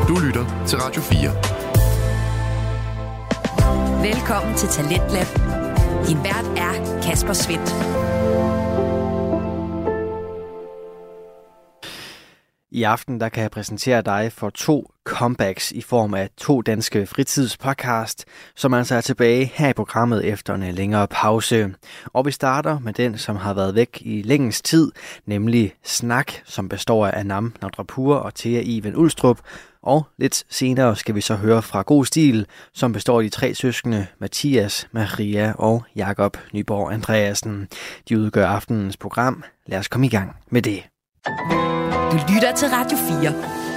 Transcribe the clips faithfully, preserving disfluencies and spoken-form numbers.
Du lytter til Radio fire. Velkommen til Talentlab. Din vært er Kasper Svendt. I aften der kan jeg præsentere dig for to comebacks i form af to danske fritidspodcast, som altså er tilbage her i programmet efter en længere pause. Og vi starter med den, som har været væk i længens tid, nemlig Snak, som består af Anam Nadrapur og Thea Iven Ulstrup. Og lidt senere skal vi så høre fra God Stil, som består af de tre søskende Mathias, Maria og Jakob Nyborg Andreasen. De udgør aftenens program. Lad os komme i gang med det. Du lytter til Radio fire.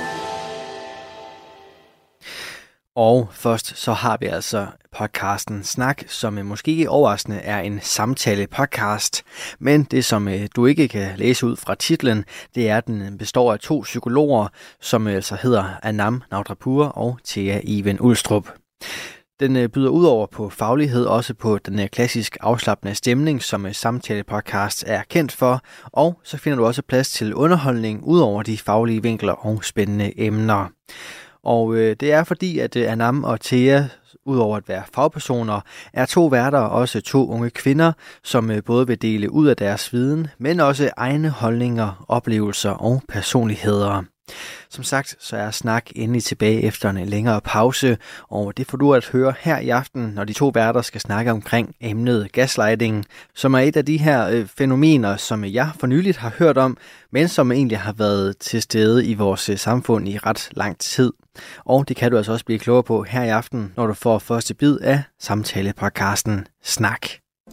Og først så har vi altså podcasten Snak, som måske ikke overraskende er en samtale-podcast. Men det, som du ikke kan læse ud fra titlen, det er, at den består af to psykologer, som altså hedder Anam Nadrapur og Thea Iven Ulstrup. Den byder ud over på faglighed, også på den klassisk afslappende stemning, som samtale-podcast er kendt for, og så finder du også plads til underholdning ud over de faglige vinkler og spændende emner. Og øh, det er fordi, at øh, Anam og Thea, udover at være fagpersoner, er to værter og også to unge kvinder, som øh, både vil dele ud af deres viden, men også egne holdninger, oplevelser og personligheder. Som sagt, så er Snak endelig tilbage efter en længere pause, og det får du at høre her i aften, når de to værter skal snakke omkring emnet gaslighting, som er et af de her øh, fænomener, som jeg for nyligt har hørt om, men som egentlig har været til stede i vores øh, samfund i ret lang tid. Og det kan du altså også blive klogere på her i aften, når du får første bid af samtale-podcasten Snak.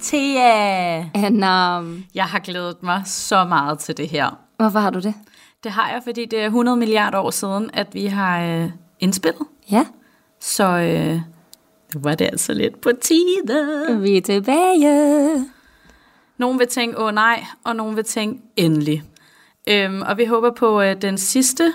Thea! Anam. Jeg har glædet mig så meget til det her. Hvorfor har du det? Det har jeg, fordi det er hundrede milliarder år siden, at vi har øh, indspillet. Ja. Så øh, nu var det altså lidt på tide. Vi er tilbage. Nogen vil tænke, åh nej, og nogen vil tænke, endelig. Øhm, og vi håber på øh, den sidste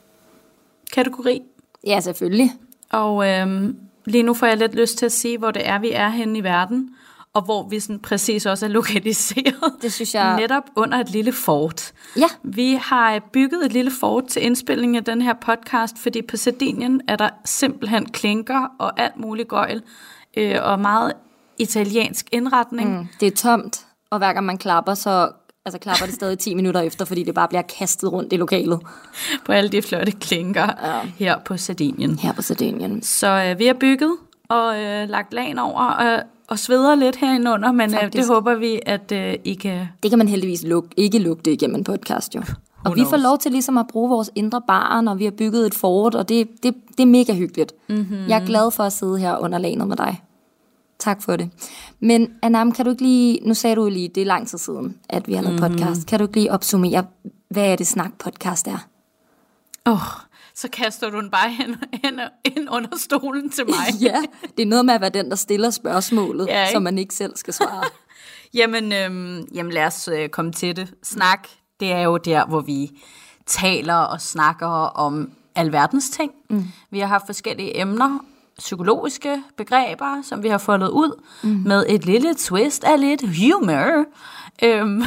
kategori. Ja, selvfølgelig. Og øh, lige nu får jeg lidt lyst til at sige, hvor det er, vi er henne i verden. Og hvor vi sådan præcis også er lokaliseret. Det synes jeg. Netop under et lille fort. Ja. Vi har bygget et lille fort til indspilling af den her podcast, fordi på Sardinien er der simpelthen klinker og alt muligt gøjl. Øh, og meget italiensk indretning. Mm, det er tomt, og hver gang man klapper, så altså, klapper det stadig ti minutter efter, fordi det bare bliver kastet rundt i lokalet. På alle de flotte klinker ja. her på Sardinien. Her på Sardinien. Så øh, vi har bygget og øh, lagt lagen over og... Og sveder lidt herinde under, men øh, det håber vi, at øh, I kan... Det kan man heldigvis luk- ikke lugte igennem en podcast, jo. Og vi får lov til ligesom at bruge vores indre bar, når vi har bygget et fort, og det, det, det er mega hyggeligt. Mm-hmm. Jeg er glad for at sidde her under lanet med dig. Tak for det. Men Anam, kan du ikke lige... Nu sagde du jo lige, det er lang tid siden, at vi har lavet mm-hmm. podcast. Kan du ikke lige opsummere, hvad er det Snak-podcast er? Åh... Oh. Så kaster du den bare hen, hen, hen under stolen til mig. Ja, det er noget med at være den, der stiller spørgsmålet, ja, som man ikke selv skal svare. jamen, øhm, jamen lad os øh, komme til det. Snak, det er jo der, hvor vi taler og snakker om alverdens ting. Mm. Vi har haft forskellige emner, psykologiske begreber, som vi har foldet ud mm. med et lille twist af lidt humor. Øhm,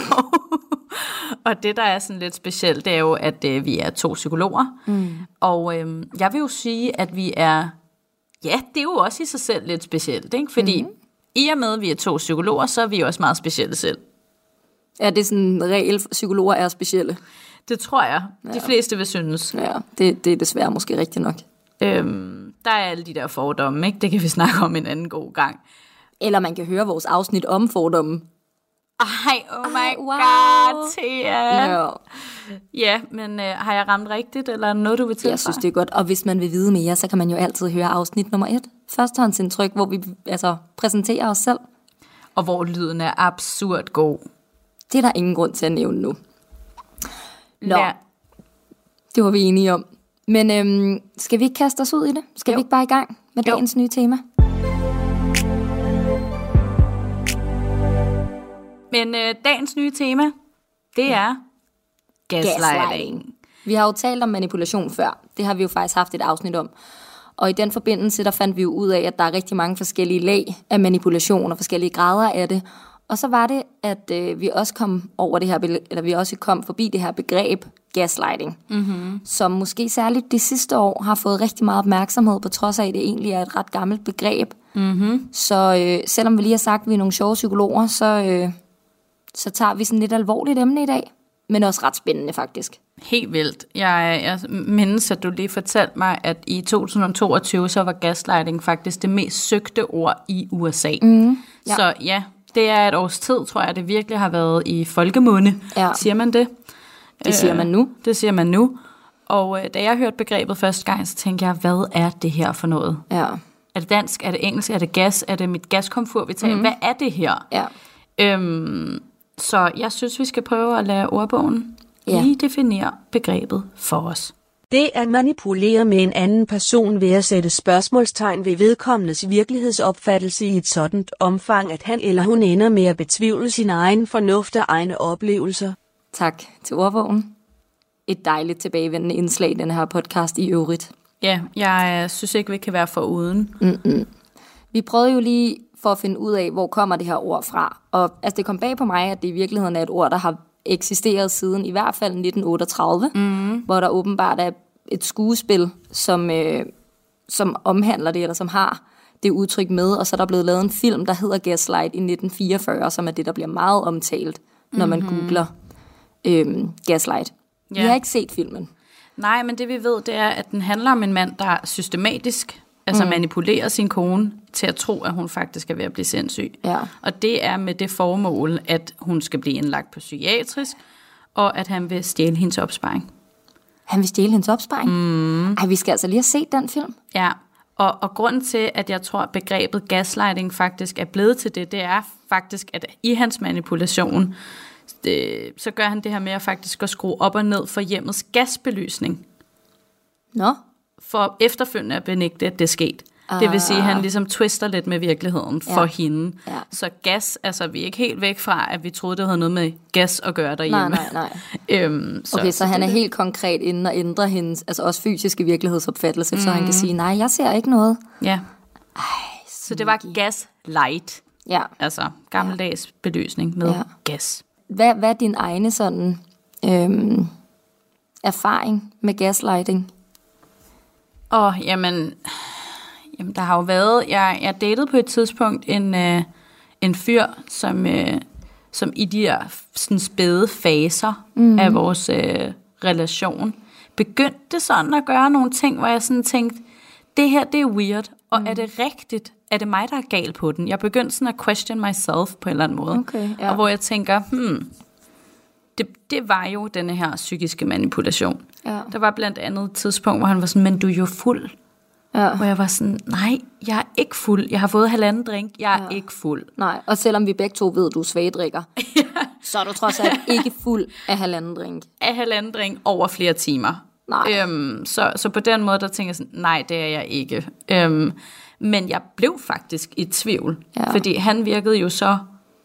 og det, der er sådan lidt specielt, det er jo, at øh, vi er to psykologer. Mm. Og øh, jeg vil jo sige, at vi er... Ja, det er jo også i sig selv lidt specielt, ikke? Fordi mm. i og med, at vi er to psykologer, så er vi også meget specielle selv. Er det sådan en regel, psykologer er specielle? Det tror jeg. Ja. De fleste vil synes. Ja, det, det er desværre måske rigtigt nok. Øhm, der er alle de der fordomme, ikke? Det kan vi snakke om en anden god gang. Eller man kan høre vores afsnit om fordomme. Ej, oh my Ej, wow. god, Thea. Ja, ja men øh, har jeg ramt rigtigt, eller noget, du vil tilføje? Jeg synes, det er godt, og hvis man vil vide mere, så kan man jo altid høre afsnit nummer et. Førstehåndsindtryk, hvor vi altså præsenterer os selv. Og hvor lyden er absurd god. Det er der ingen grund til at nævne nu. Nå, ja. Det var vi enige om. Men øhm, skal vi ikke kaste os ud i det? Skal jo. vi ikke bare i gang med jo. dagens nye tema? Men øh, dagens nye tema, det ja. er gaslighting. gaslighting. Vi har jo talt om manipulation før. Det har vi jo faktisk haft et afsnit om. Og i den forbindelse, der fandt vi jo ud af, at der er rigtig mange forskellige lag af manipulation og forskellige grader af det. Og så var det, at øh, vi også kom over det her, eller vi også kom forbi det her begreb gaslighting, mm-hmm. som måske særligt de sidste år har fået rigtig meget opmærksomhed, på trods af, at det egentlig er et ret gammelt begreb. Mm-hmm. Så øh, selvom vi lige har sagt, at vi er nogle sjove psykologer, så, øh, så tager vi sådan lidt alvorligt emne i dag, men også ret spændende faktisk. Helt vildt. Jeg, jeg mindes, at du lige fortalte mig, at i to tusind toogtyve, så var gaslighting faktisk det mest søgte ord i U S A. Mm, ja. Så ja, det er et års tid, tror jeg, det virkelig har været i folkemunde. Ja. Siger man det? Det siger man nu. Øh, det siger man nu. Og øh, da jeg hørte begrebet første gang, så tænkte jeg, hvad er det her for noget? Ja. Er det dansk? Er det engelsk? Er det gas? Er det mit gaskomfur, vi tager? Mm. Hvad er det her? Ja. Øhm, så jeg synes, vi skal prøve at lade ordbogen ja. lige definere begrebet for os. Det er at manipulere med en anden person ved at sætte spørgsmålstegn ved vedkommendes virkelighedsopfattelse i et sådant omfang, at han eller hun ender med at betvivle sin egen fornuft og egne oplevelser. Tak til ordbogen. Et dejligt tilbagevendende indslag i den her podcast i øvrigt. Ja, jeg synes ikke, vi kan være foruden. Mm-mm. Vi prøvede jo lige for at finde ud af, hvor kommer det her ord fra. Og altså, det kom bag på mig, at det i virkeligheden er et ord, der har eksisteret siden i hvert fald nitten otteogtredive, mm. hvor der åbenbart er et skuespil, som, øh, som omhandler det, eller som har det udtryk med, og så er der blevet lavet en film, der hedder Gaslight i nitten fireogfyrre, som er det, der bliver meget omtalt, når man mm-hmm. googler øh, Gaslight. Yeah. Vi har ikke set filmen. Nej, men det vi ved, det er, at den handler om en mand, der systematisk altså mm. manipulerer sin kone til at tro, at hun faktisk er ved at blive sindssyg. Ja. Og det er med det formål, at hun skal blive indlagt på psykiatrisk, og at han vil stjæle hendes opsparing. Han vil stjæle hendes opsparing? Mm. Ej, vi skal altså lige have set den film. Ja, og, og grunden til, at jeg tror, at begrebet gaslighting faktisk er blevet til det, det er faktisk, at i hans manipulation, det, så gør han det her med at faktisk at skrue op og ned for hjemmets gasbelysning. Nå? For efterfølgende at benægte, at det er sket. Ah. Det vil sige, at han ligesom twister lidt med virkeligheden ja. for hende. Ja. Så gas, altså vi er ikke helt væk fra, at vi troede, det havde noget med gas at gøre derhjemme. Nej, nej, nej. øhm, så, okay, så, så han er det. helt konkret inde og ændrer hendes, altså også fysiske virkelighedsopfattelse, mm. så han kan sige, nej, jeg ser ikke noget. Ja. Ej, så det var gaslight. Ja. Altså gammeldags ja. belysning med ja. gas. Hvad, hvad er din egne sådan øhm, erfaring med gaslighting? Åh, oh, jamen, jamen, der har jo været, jeg, jeg datede på et tidspunkt en, øh, en fyr, som, øh, som i de her sådan spæde faser mm. af vores øh, relation, begyndte sådan at gøre nogle ting, hvor jeg sådan tænkte, det her, det er weird, og mm. er det rigtigt? Er det mig, der er gal på den? Jeg begyndte sådan at question myself på en eller anden måde, okay, ja. og hvor jeg tænker, hmm, det, det var jo denne her psykiske manipulation. Ja. Der var blandt andet et tidspunkt, hvor han var sådan, men du er jo fuld. Ja. Hvor jeg var sådan, nej, jeg er ikke fuld. Jeg har fået halvanden drink, jeg er ja. ikke fuld. Nej, og selvom vi begge to ved, at du er svagdrikker, ja. så er du trods alt ikke fuld af halvanden drink. Af halvanden drink over flere timer. Nej. Øhm, så, så på den måde, der tænker jeg sådan, nej, det er jeg ikke. Øhm, men jeg blev faktisk i tvivl, ja. fordi han virkede jo så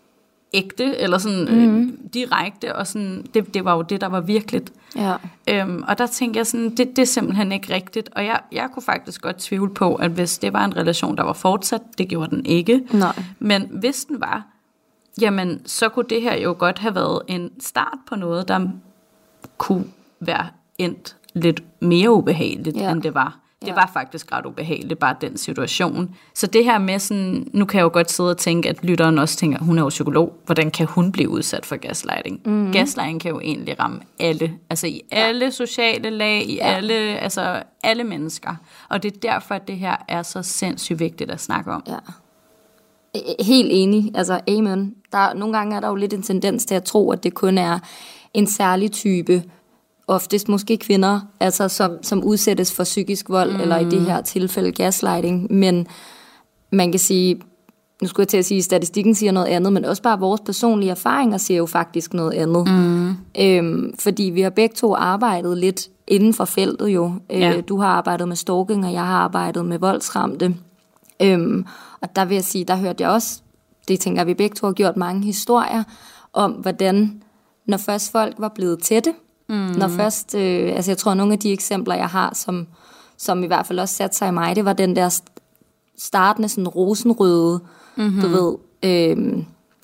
ægte, eller sådan mm. øh, direkte, og sådan, det, det var jo det, der var virkeligt. Ja. Øhm, og der tænkte jeg sådan, det, det er simpelthen ikke rigtigt, og jeg, jeg kunne faktisk godt tvivle på, at hvis det var en relation, der var fortsat, det gjorde den ikke, nej. Men hvis den var, jamen, så kunne det her jo godt have været en start på noget, der kunne være endt lidt mere ubehageligt, ja. end det var. Det ja. var faktisk ret ubehageligt, bare den situation. Så det her med sådan, nu kan jeg jo godt sidde og tænke, at lytteren også tænker, hun er jo psykolog, hvordan kan hun blive udsat for gaslighting? Mm. Gaslighting kan jo egentlig ramme alle, altså i ja. alle sociale lag, i ja. alle, altså alle mennesker. Og det er derfor, at det her er så sindssygt vigtigt at snakke om. Ja. Helt enig, altså amen. Der, nogle gange er der jo lidt en tendens til at tro, at det kun er en særlig type, oftest måske kvinder, altså som, som udsættes for psykisk vold, mm. eller i det her tilfælde gaslighting, men man kan sige, nu skulle jeg til at sige, at statistikken siger noget andet, men også bare vores personlige erfaringer siger jo faktisk noget andet. Mm. Øhm, fordi vi har begge to arbejdet lidt inden for feltet jo. Ja. Øh, du har arbejdet med stalking, og jeg har arbejdet med voldsramte. Øhm, og der vil jeg sige, der hørte jeg også, det tænker jeg, vi begge to har gjort mange historier om, hvordan, når først folk var blevet tætte, mm. når først, øh, altså jeg tror, nogle af de eksempler, jeg har, som, som i hvert fald også satte sig i mig, det var den der startende sådan rosenrøde, mm-hmm. du ved, øh,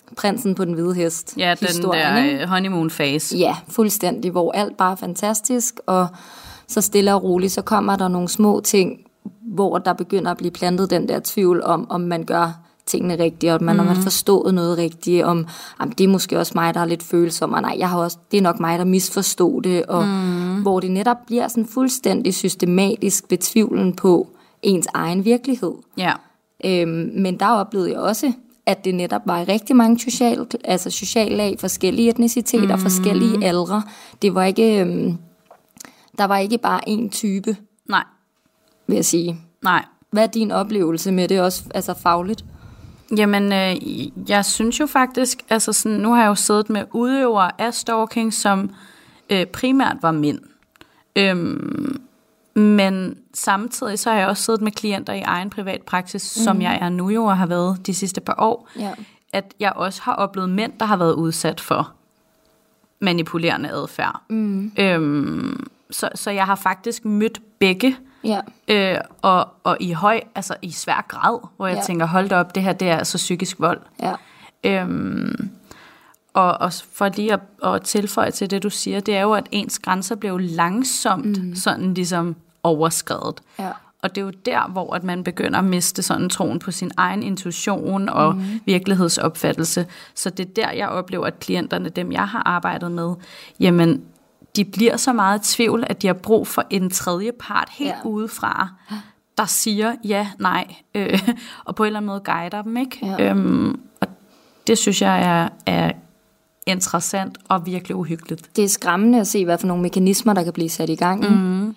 prinsen på den hvide hest. Ja, den der honeymoon phase. Ja, fuldstændig, hvor alt bare er fantastisk, og så stille og roligt, så kommer der nogle små ting, hvor der begynder at blive plantet den der tvivl om, om man gør tingene rigtigt, og man, mm. om man har forstået noget rigtigt, om jamen, det er måske også mig, der er lidt følsom, og nej, jeg har også, det er nok mig, der misforstod det, og mm. hvor det netop bliver sådan fuldstændig systematisk ved tvivlen på ens egen virkelighed. Ja. Øhm, men der oplevede jeg også, at det netop var i rigtig mange social, altså sociallag, forskellige etniciteter, mm. forskellige aldre. Det var ikke, øhm, der var ikke bare én type, nej, vil jeg sige. Nej. Hvad er din oplevelse med det også, altså fagligt? Jamen, øh, jeg synes jo faktisk, altså sådan, nu har jeg jo siddet med udøvere af stalking, som øh, primært var mænd. Øhm, men samtidig så har jeg også siddet med klienter i egen privat praksis, mm. som jeg er nu jo og har været de sidste par år, ja. at jeg også har oplevet mænd, der har været udsat for manipulerende adfærd. Mm. Øhm, så, så jeg har faktisk mødt begge, ja. øh, og, og i høj, altså i svær grad, hvor jeg ja. tænker, hold da op, det her, det er altså psykisk vold. Ja. Øhm, og, og for lige at, at tilføje til det, du siger, det er jo, at ens grænser bliver langsomt mm. sådan ligesom overskredet. Ja. Og det er jo der, hvor at man begynder at miste sådan troen på sin egen intuition og mm. virkelighedsopfattelse. Så det er der, jeg oplever, at klienterne, dem jeg har arbejdet med, jamen, de bliver så meget i tvivl, at de har brug for en tredje part helt ja. udefra, der siger ja, nej, øh, og på en eller anden måde guider dem, ikke? Ja. Øhm, og det synes jeg er, er interessant og virkelig uhyggeligt. Det er skræmmende at se, hvad for nogle mekanismer, der kan blive sat i gang. Mm.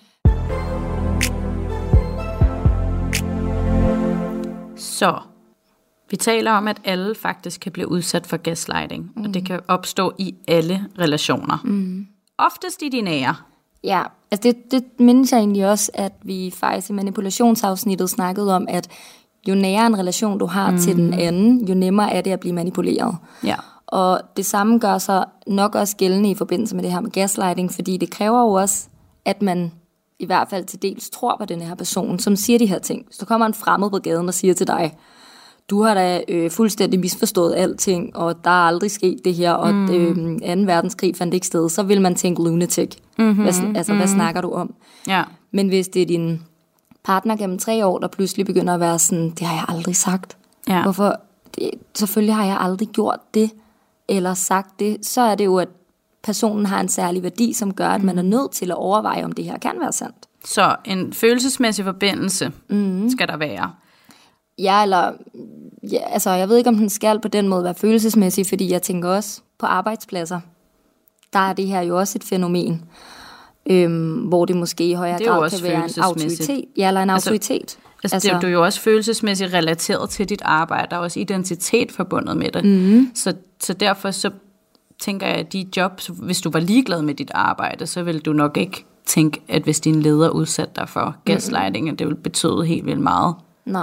Så, vi taler om, at alle faktisk kan blive udsat for gaslighting, mm. og det kan opstå i alle relationer. Mm. Oftest i de nære. Ja, altså det, det mindes jeg egentlig også, at vi faktisk i manipulationsafsnittet snakkede om, at jo nærere en relation du har mm. til den anden, jo nemmere er det at blive manipuleret. Ja. Og det samme gør sig nok også gældende i forbindelse med det her med gaslighting, fordi det kræver jo også, at man i hvert fald til dels tror på den her person, som siger de her ting. Hvis der kommer en fremmed på gaden og siger til dig, du har da øh, fuldstændig misforstået alting, og der er aldrig sket det her, og mm. øh, anden verdenskrig fandt ikke sted, så vil man tænke lunatic. Mm-hmm. Hvad, altså, mm-hmm. hvad snakker du om? Ja. Men hvis det er din partner gennem tre år, der pludselig begynder at være sådan, det har jeg aldrig sagt. Ja. Hvorfor? Det, selvfølgelig har jeg aldrig gjort det, eller sagt det, så er det jo, at personen har en særlig værdi, som gør, at man er nødt til at overveje, om det her kan være sandt. Så en følelsesmæssig forbindelse mm. skal der være. Ja, eller ja, altså, jeg ved ikke, om den skal på den måde være følelsesmæssig, fordi jeg tænker også på arbejdspladser. Der er det her jo også et fænomen, øhm, hvor det måske i højere grad kan være en autoritet. Ja, eller en altså, autoritet. Altså, altså, det er jo også følelsesmæssigt relateret til dit arbejde. Der er også identitet forbundet med det. Mm. Så, så derfor så tænker jeg, at de jobs, hvis du var ligeglad med dit arbejde, så ville du nok ikke tænke, at hvis din leder udsatte dig for gaslighting, mm. at det ville betyde helt vildt meget. Nej.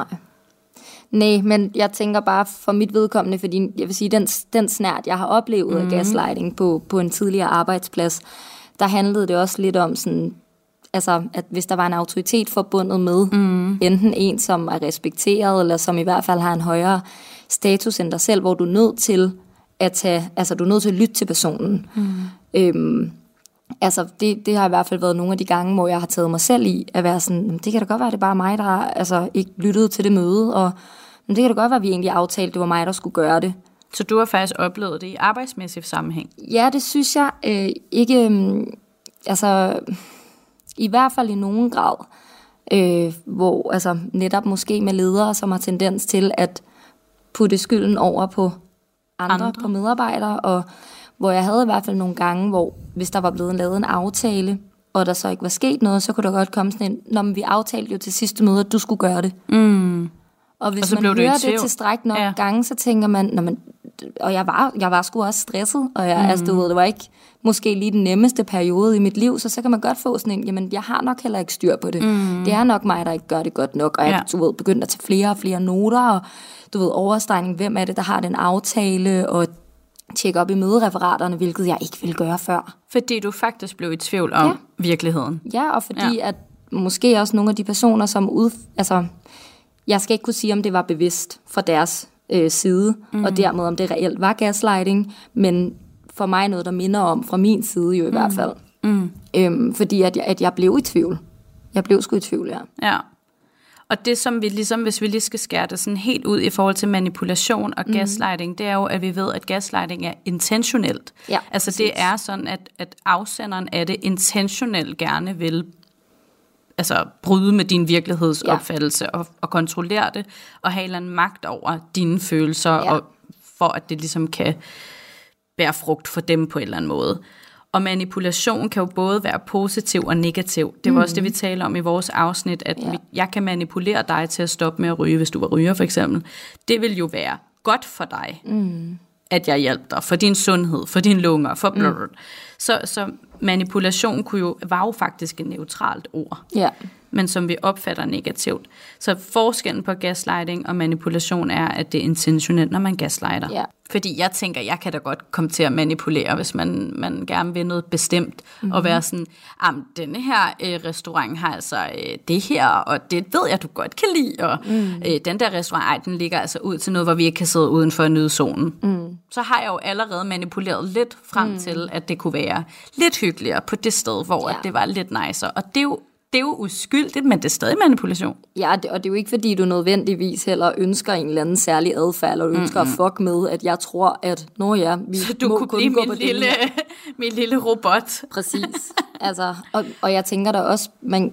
Nej, men jeg tænker bare for mit vedkommende, fordi jeg vil sige, den, den snært, jeg har oplevet mm. af gaslighting på, på en tidligere arbejdsplads, der handlede det også lidt om sådan, altså, at hvis der var en autoritet forbundet med, mm. enten en, som er respekteret, eller som i hvert fald har en højere status end dig selv, hvor du er nødt til at tage, altså du er nødt til at lytte til personen. Mm. Øhm, altså det, det har i hvert fald været nogle af de gange, hvor jeg har taget mig selv i, at være sådan, det kan da godt være, det er bare mig, der har altså, ikke lyttet til det møde, og men det kan da godt være, at vi egentlig aftalte, det var mig, der skulle gøre det. Så du har faktisk oplevet det i arbejdsmæssig sammenhæng? Ja, det synes jeg øh, ikke, øh, altså i hvert fald i nogen grad, øh, hvor altså netop måske med ledere, som har tendens til at putte skylden over på andre, andre. på medarbejdere, og hvor jeg havde i hvert fald nogle gange, hvor hvis der var blevet lavet en aftale, og der så ikke var sket noget, så kunne der godt komme sådan en, når vi aftalte jo til sidste møde, at du skulle gøre det. Mm. Og hvis og man hører det, det til stræk nok ja. gange, så tænker man, når man og jeg var, jeg var sgu også stresset, og jeg, mm. altså, du ved, det var ikke måske lige den nemmeste periode i mit liv, så så kan man godt få sådan en, jamen jeg har nok heller ikke styr på det. Mm. Det er nok mig, der ikke gør det godt nok, og jeg ja. du ved, begyndte at tage flere og flere noter, og du ved, overstregning, hvem er det, der har den aftale, og tjekke op i mødereferaterne, hvilket jeg ikke ville gøre før. Fordi du faktisk blev i tvivl om ja. virkeligheden. Ja, og fordi ja. at måske også nogle af de personer, som ud, altså jeg skal ikke kunne sige, om det var bevidst fra deres øh, side, mm. og dermed om det reelt var gaslighting, men for mig noget, der minder om, fra min side jo i mm. hvert fald. Mm. Øhm, fordi at jeg, at jeg blev i tvivl. Jeg blev sgu i tvivl, ja. Ja. Og det, som vi ligesom, hvis vi lige skal skære det sådan helt ud i forhold til manipulation og mm. gaslighting, det er jo, at vi ved, at gaslighting er intentionelt. Ja, altså præcis. Det er sådan, at, at afsenderen af det intentionelt gerne vil altså bryde med din virkelighedsopfattelse ja. og, og kontrollere det, og have en eller anden magt over dine følelser, ja. og for at det ligesom kan bære frugt for dem på en eller anden måde. Og manipulation kan jo både være positiv og negativ. Det var mm. også det, vi taler om i vores afsnit, at ja. jeg kan manipulere dig til at stoppe med at ryge, hvis du var ryger for eksempel. Det vil jo være godt for dig, mm. at jeg hjælper dig, for din sundhed, for dine lunger, for blod. Mm. Så, så manipulation kunne jo, var jo faktisk et neutralt ord, ja. men som vi opfatter negativt. Så forskellen på gaslighting og manipulation er, at det er intentionelt, når man gaslighter. Ja. Fordi jeg tænker, jeg kan da godt komme til at manipulere, hvis man, man gerne vil noget bestemt, mm-hmm. og være sådan, denne her øh, restaurant har altså øh, det her, og det ved jeg, du godt kan lide, og mm. øh, den der restaurant, ej, den ligger altså ud til noget, hvor vi ikke kan sidde uden for nydezonen. Mm. Så har jeg jo allerede manipuleret lidt frem mm. til, at det kunne være lidt hyggeligere på det sted, hvor ja. det var lidt nicer, og det er jo Det er jo uskyldigt, men det er stadig manipulation. Ja, det, og det er jo ikke, fordi du nødvendigvis heller ønsker en eller anden særlig adfærd, eller du ønsker mm-hmm. at fuck med, at jeg tror, at nå ja, vi så du må kunne kun blive gå min, på lille, min lille robot. Præcis. Altså, og, og jeg tænker da også, man,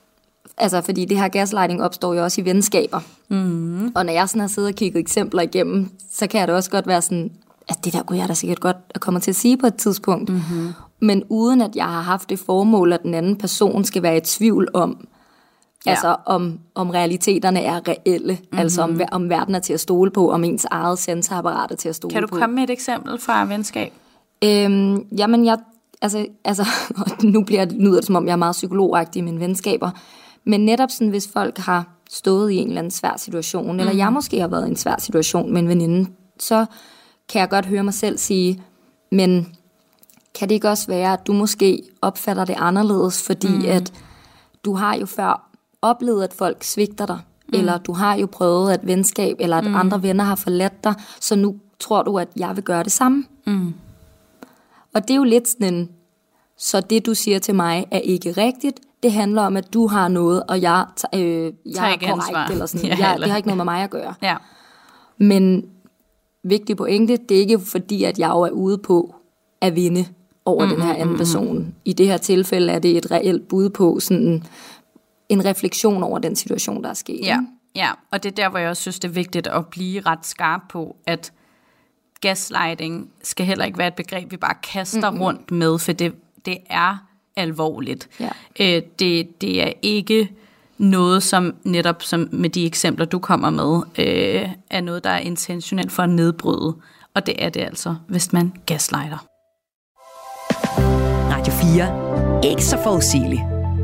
altså, fordi det her gaslighting opstår jo også i venskaber. Mm-hmm. Og når jeg sådan har siddet og kigget eksempler igennem, så kan jeg da også godt være sådan, at det der kunne jeg da sikkert godt komme til at sige på et tidspunkt. Mm-hmm. Men uden at jeg har haft det formål, at den anden person skal være i tvivl om, ja. altså om, om realiteterne er reelle, mm-hmm. altså om, om verden er til at stole på, om ens eget sensorapparat er til at stole på. Kan du på. komme med et eksempel fra venskab? Øhm, jamen, jeg, altså, altså nu bliver det, lyder det, som om jeg er meget psykologagtig i mine venskaber, men netop sådan, hvis folk har stået i en eller anden svær situation, mm-hmm. eller jeg måske har været i en svær situation med en veninde, så kan jeg godt høre mig selv sige, men kan det ikke også være, at du måske opfatter det anderledes, fordi mm. at du har jo før oplevet, at folk svigter dig, mm. eller du har jo prøvet at venskab, eller at mm. andre venner har forladt dig, så nu tror du, at jeg vil gøre det samme. Mm. Og det er jo lidt sådan en, så det du siger til mig er ikke rigtigt, det handler om, at du har noget, og jeg, øh, jeg er korrekt, eller sådan. Ja, jeg, det har ikke noget med mig at gøre. Ja. Men vigtig pointe, det er ikke fordi, at jeg jo er ude på at vinde over mm, den her anden person. I det her tilfælde er det et reelt bud på sådan en, en refleksion over den situation, der er sket. Ja, ja, og det er der, hvor jeg også synes, det er vigtigt at blive ret skarp på, at gaslighting skal heller ikke være et begreb, vi bare kaster mm-hmm. rundt med, for det, det er alvorligt. Ja. Øh, det, det er ikke noget, som netop som med de eksempler, du kommer med, øh, er noget, der er intentionelt for at nedbryde. Og det er det altså, hvis man gaslighter. Radio fire. Ikke så forudsigeligt.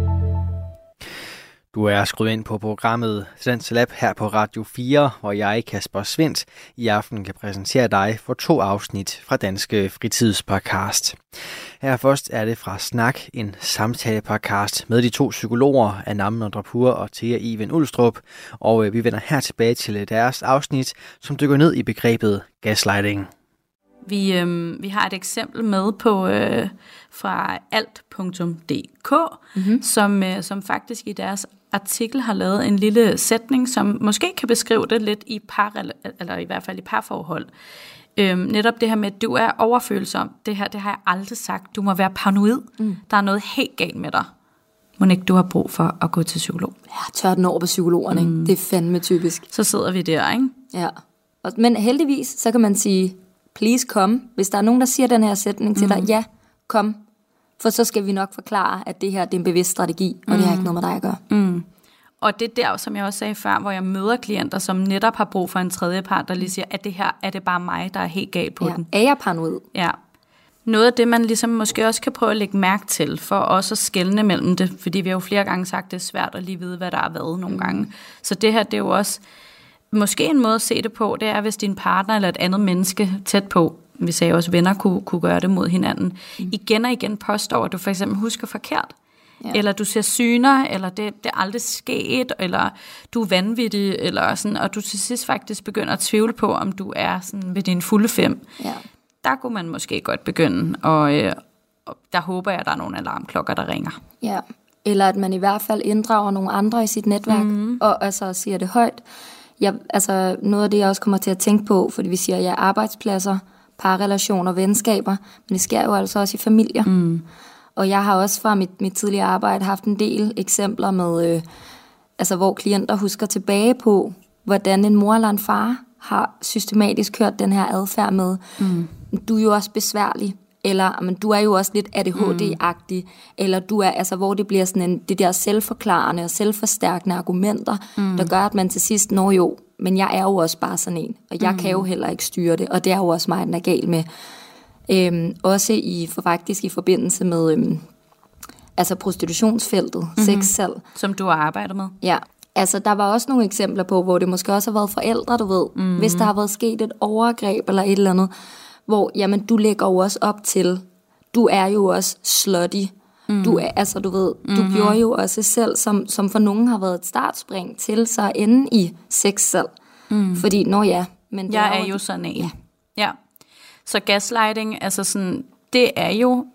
Du er skruet ind på programmet Students Lab her på Radio fire, hvor jeg, Kasper Svendt, i aften kan præsentere dig for to afsnit fra Danske Fritidspodcast. Her først er det fra Snak, en samtalepodcast med de to psykologer, Anam Nondrapur og Thea Iven Ulstrup, og vi vender her tilbage til deres afsnit, som dykker ned i begrebet gaslighting. Vi, øh, vi har et eksempel med på øh, fra alt punktum d k, mm-hmm. som, øh, som faktisk i deres artikel har lavet en lille sætning, som måske kan beskrive det lidt i par, eller i hvert fald i parforhold. Øh, netop det her med, at du er overfølsom. Det her, det har jeg aldrig sagt. Du må være paranoid. Mm. Der er noget helt galt med dig. Må ikke du har brug for at gå til psykolog? Ja, tør den over på psykologerne. Mm. Det er fandme typisk. Så sidder vi der, ikke? Ja. Men heldigvis, så kan man sige, please kom. Hvis der er nogen, der siger den her sætning til mm. dig, ja, kom. For så skal vi nok forklare, at det her det er en bevidst strategi, og mm. det har ikke noget med dig at gøre. Mm. Og det er der, som jeg også sagde før, hvor jeg møder klienter, som netop har brug for en tredje part, der lige siger, at det her er det bare mig, der er helt galt på ja. den. Er jeg paranoid? Ja. Noget af det, man ligesom måske også kan prøve at lægge mærke til, for også at skelne mellem det, fordi vi har jo flere gange sagt, det er svært at lige vide, hvad der er været nogle mm. gange. Så det her, det er jo også, måske en måde at se det på, det er, hvis din partner eller et andet menneske tæt på, vi sagde også, venner kunne, kunne gøre det mod hinanden, mm. igen og igen påstår, at du for eksempel husker forkert. Ja. Eller du ser syner, eller det, det er aldrig sket, eller du er vanvittig, eller sådan, og du til sidst faktisk begynder at tvivle på, om du er sådan ved din fulde fem. Ja. Der kunne man måske godt begynde, og, øh, og der håber jeg, at der er nogle alarmklokker, der ringer. Ja, eller at man i hvert fald inddrager nogle andre i sit netværk, mm-hmm. og altså siger det højt. Jeg, altså noget af det, jeg også kommer til at tænke på, fordi vi siger, at ja, arbejdspladser, parrelationer, venskaber, men det sker jo altså også i familier. Mm. Og jeg har også fra mit, mit tidligere arbejde haft en del eksempler med, øh, altså hvor klienter husker tilbage på, hvordan en mor eller en far har systematisk kørt den her adfærd med, mm. du er jo også besværlig, eller men du er jo også lidt A D H D-agtig, mm. eller du er, altså hvor det bliver sådan en, det der selvforklarende og selvforstærkende argumenter, mm. der gør, at man til sidst når jo, men jeg er jo også bare sådan en, og jeg mm. kan jo heller ikke styre det, og det er jo også mig, den er gal med. Øhm, også i, for faktisk i forbindelse med øhm, altså prostitutionsfeltet, mm-hmm. sexsalg. Som du har arbejdet med. Ja, altså der var også nogle eksempler på, hvor det måske også har været forældre, du ved, mm-hmm. hvis der har været sket et overgreb eller et eller andet, hvor jamen du lægger jo også op til, du er jo også slutty. Mm. Du er, altså du ved, du mm-hmm. gjorde jo også selv, som, som for nogen har været et startspring til så at ende i sexsalg. Mm. Fordi, nå ja, men det jeg er jo, er jo sådan en. Ja. ja. Så gaslighting, altså sådan, det er jo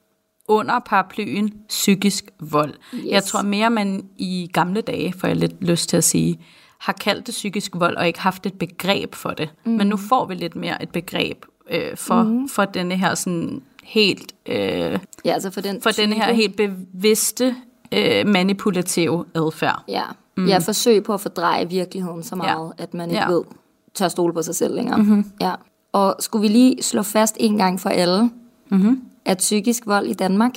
under paraplyen psykisk vold. Yes. Jeg tror mere, man i gamle dage, får jeg lidt lyst til at sige, har kaldt det psykisk vold og ikke haft et begreb for det. Mm. Men nu får vi lidt mere et begreb øh, for, mm. for denne her sådan helt øh, ja, altså for, den for denne her helt bevidste øh, manipulative adfærd. Ja. Mm. Ja, forsøg på at fordreje virkeligheden så meget, ja. At man ikke ja. ved, tør stole på sig selv længere. Mm-hmm. Ja. Og skulle vi lige slå fast en gang for alle, mm-hmm. at psykisk vold i Danmark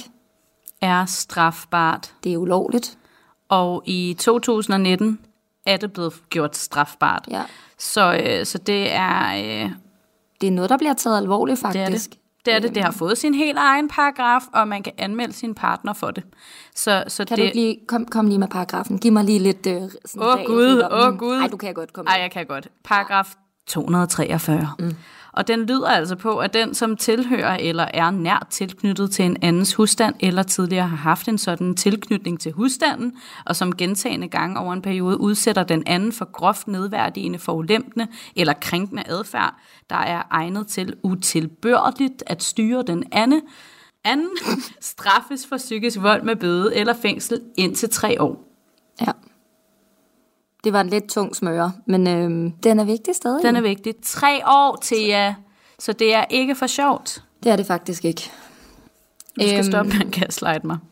er strafbart. Det er ulovligt. Og i to tusind og nitten er det blevet gjort strafbart. Ja. Så, øh, så det er... Øh, det er noget, der bliver taget alvorligt, faktisk. Det er det. Det er det. Det har fået sin helt egen paragraf, og man kan anmelde sin partner for det. Så, så kan det... du lige... Kom, kom lige med paragrafen. Giv mig lige lidt... Åh, oh, Gud, åh, oh, Gud. Ej, du kan godt komme Ej, jeg kan godt. Paragraf to hundrede og treogfyrre. Mm. Og den lyder altså på, at den, som tilhører eller er nært tilknyttet til en andens husstand, eller tidligere har haft en sådan tilknytning til husstanden, og som gentagne gange over en periode udsætter den anden for groft nedværdigende, forulempende eller krænkende adfærd, der er egnet til utilbørligt at styre den anden, anden straffes for psykisk vold med bøde eller fængsel indtil tre år. Ja. Det var en lidt tung smøre, men øhm, den er vigtig stadig. Den er vigtig. Tre år til jer, så det er ikke for sjovt. Det er det faktisk ikke. Du skal øhm, stoppe med at gaslighte mig.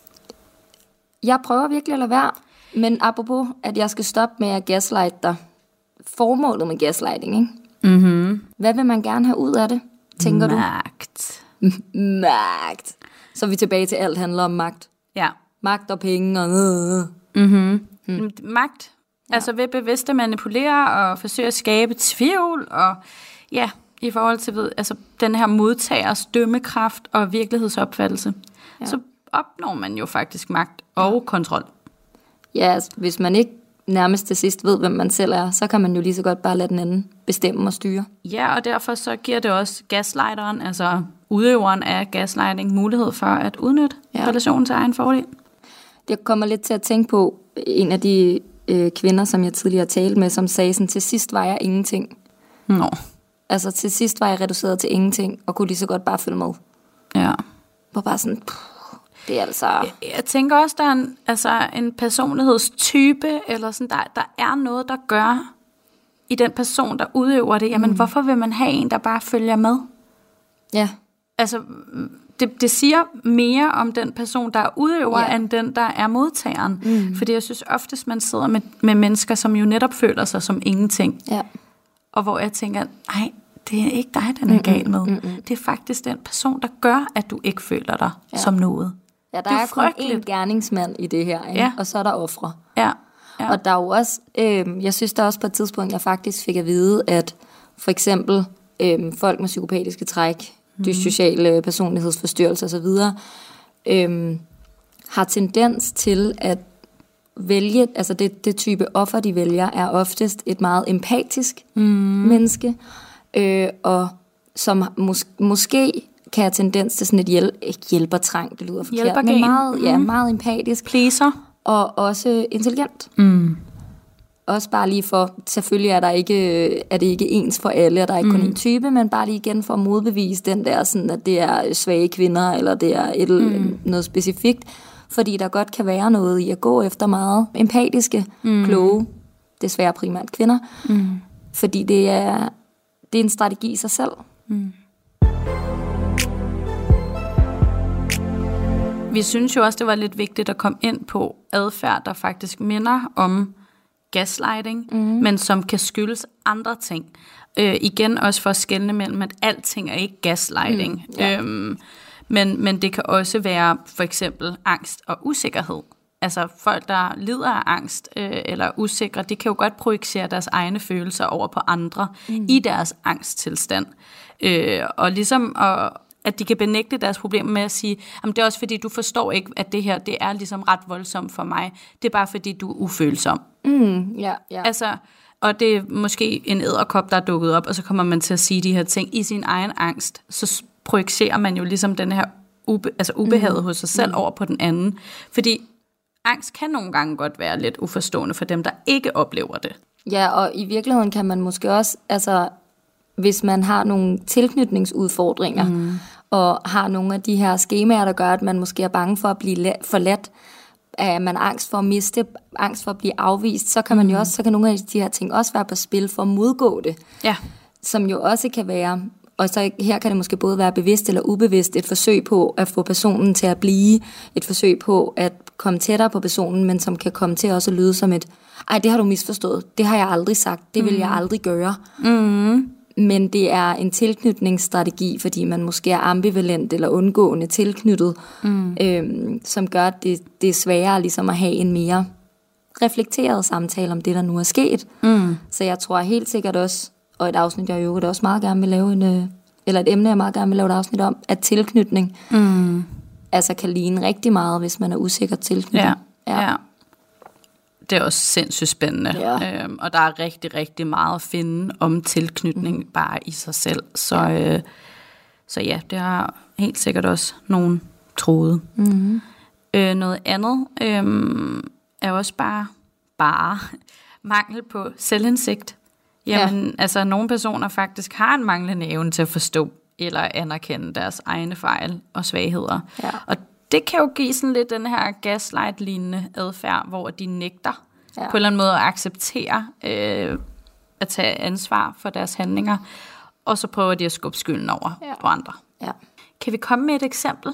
Jeg prøver virkelig at lade være, men apropos, at jeg skal stoppe med at gaslighte dig. Formålet med gaslighting, ikke? Mm-hmm. Hvad vil man gerne have ud af det, tænker magt. du? Magt. Magt. Så er vi tilbage til, alt handler om magt. Ja. Magt og penge og noget. Mm-hmm. Hmm. Magt. Ja. Altså ved bevidst at manipulere og forsøge at skabe tvivl, og ja, i forhold til ved, altså, den her modtagers dømmekraft og virkelighedsopfattelse, ja. Så opnår man jo faktisk magt og ja. kontrol. Ja, altså, hvis man ikke nærmest til sidst ved, hvem man selv er, så kan man jo lige så godt bare lade den anden bestemme og styre. Ja, og derfor så giver det også gaslighteren, altså udøveren af gaslighting, mulighed for at udnytte ja. relationen til egen fordel. Det kommer lidt til at tænke på en af de øh, kvinder, som jeg tidligere talte med, som sagde sådan, til sidst var jeg ingenting. Nå. Altså til sidst var jeg reduceret til ingenting, og kunne lige så godt bare følge med. Ja. Hvor bare sådan, pff, det er altså... Jeg, jeg tænker også, der er en, altså, en personlighedstype, eller sådan, der, der er noget, der gør i den person, der udøver det. Jamen, mm. hvorfor vil man have en, der bare følger med? Ja. Altså... Det, det siger mere om den person, der er udøver, ja. end den, der er modtageren. Mm. Fordi jeg synes oftest, man sidder med, med mennesker, som jo netop føler sig som ingenting. Ja. Og hvor jeg tænker, nej, det er ikke dig, den er gal med. Mm-mm. Det er faktisk den person, der gør, at du ikke føler dig ja. som noget. Ja, der det er, er kun én gerningsmand i det her, ikke? Ja. Og så er der ofre. Ja. Ja. Og der er jo også, øh, jeg synes der også på et tidspunkt, jeg faktisk fik at vide, at for eksempel øh, folk med psykopatiske træk, de sociale personlighedsforstyrrelser osv., øhm, har tendens til at vælge, altså det, det type offer, de vælger, er oftest et meget empatisk mm. menneske, øh, og som mås- måske kan have tendens til sådan et hjæl- ikke hjælpertrang, det lyder forkert, Hjælpergen. men meget, ja, meget empatisk. Pleaser. Og også intelligent. Mm. Også bare lige for, selvfølgelig er, der ikke, er det ikke ens for alle, og der er ikke mm. kun en type, men bare lige igen for at modbevise den der, sådan, at det er svage kvinder, eller det er et, mm. noget specifikt, fordi der godt kan være noget i at gå efter meget empatiske, mm. kloge, desværre primært kvinder, mm. fordi det er, det er en strategi i sig selv. Mm. Vi synes jo også, det var lidt vigtigt at komme ind på adfærd, der faktisk minder om gaslighting, mm. men som kan skyldes andre ting. Øh, igen også for at skelne mellem, at alting er ikke gaslighting. Mm, ja. øhm, men, men det kan også være for eksempel angst og usikkerhed. Altså folk, der lider af angst øh, eller usikre, de kan jo godt projicere deres egne følelser over på andre mm. i deres angsttilstand. Øh, og ligesom at at de kan benægte deres problemer med at sige, jamen det er også fordi, du forstår ikke, at det her, det er ligesom ret voldsomt for mig. Det er bare fordi, du er ufølsom. Mm, yeah, yeah. Altså, og det er måske en edderkop, der er dukket op, og så kommer man til at sige de her ting i sin egen angst. Så projicerer man jo ligesom den her ube, altså ubehaget mm. hos sig selv mm. over på den anden. Fordi angst kan nogle gange godt være lidt uforstående for dem, der ikke oplever det. Ja, og i virkeligheden kan man måske også, altså hvis man har nogle tilknytningsudfordringer, mm. og har nogle af de her skemaer, der gør, at man måske er bange for at blive forladt, at man er angst for at miste, angst for at blive afvist, så kan man mm. jo også, så kan nogle af de her ting også være på spil for at modgå det. Ja. Som jo også kan være, og så her kan det måske både være bevidst eller ubevidst, et forsøg på at få personen til at blive, et forsøg på at komme tættere på personen, men som kan komme til også at lyde som et, ej, det har du misforstået, det har jeg aldrig sagt, det vil mm. jeg aldrig gøre. Mm. Men det er en tilknytningsstrategi, fordi man måske er ambivalent eller undgående tilknyttet, mm. øhm, som gør, at det, det er sværere ligesom at have en mere reflekteret samtale om det, der nu er sket. Mm. Så jeg tror helt sikkert også, og et afsnit, jeg jo også meget gerne vil lave, en, eller et emne, jeg meget gerne vil lave et afsnit om, at tilknytning mm. altså kan ligne rigtig meget, hvis man er usikker tilknytning. Ja, ja. ja. Det er også sindssygt spændende, ja. øhm, og der er rigtig, rigtig meget at finde om tilknytning mm. bare i sig selv. Så ja, øh, så ja det har helt sikkert også nogen troet. Mm. Øh, noget andet øh, er også bare, bare mangel på selvindsigt. Jamen, ja. altså nogle personer faktisk har en manglende evne til at forstå eller anerkende deres egne fejl og svagheder. Ja. Og det kan jo give sådan lidt den her gaslight-lignende adfærd, hvor de nægter ja. på en eller anden måde at acceptere øh, at tage ansvar for deres handlinger, og så prøver de at skubbe skylden over ja. på andre. Ja. Kan vi komme med et eksempel?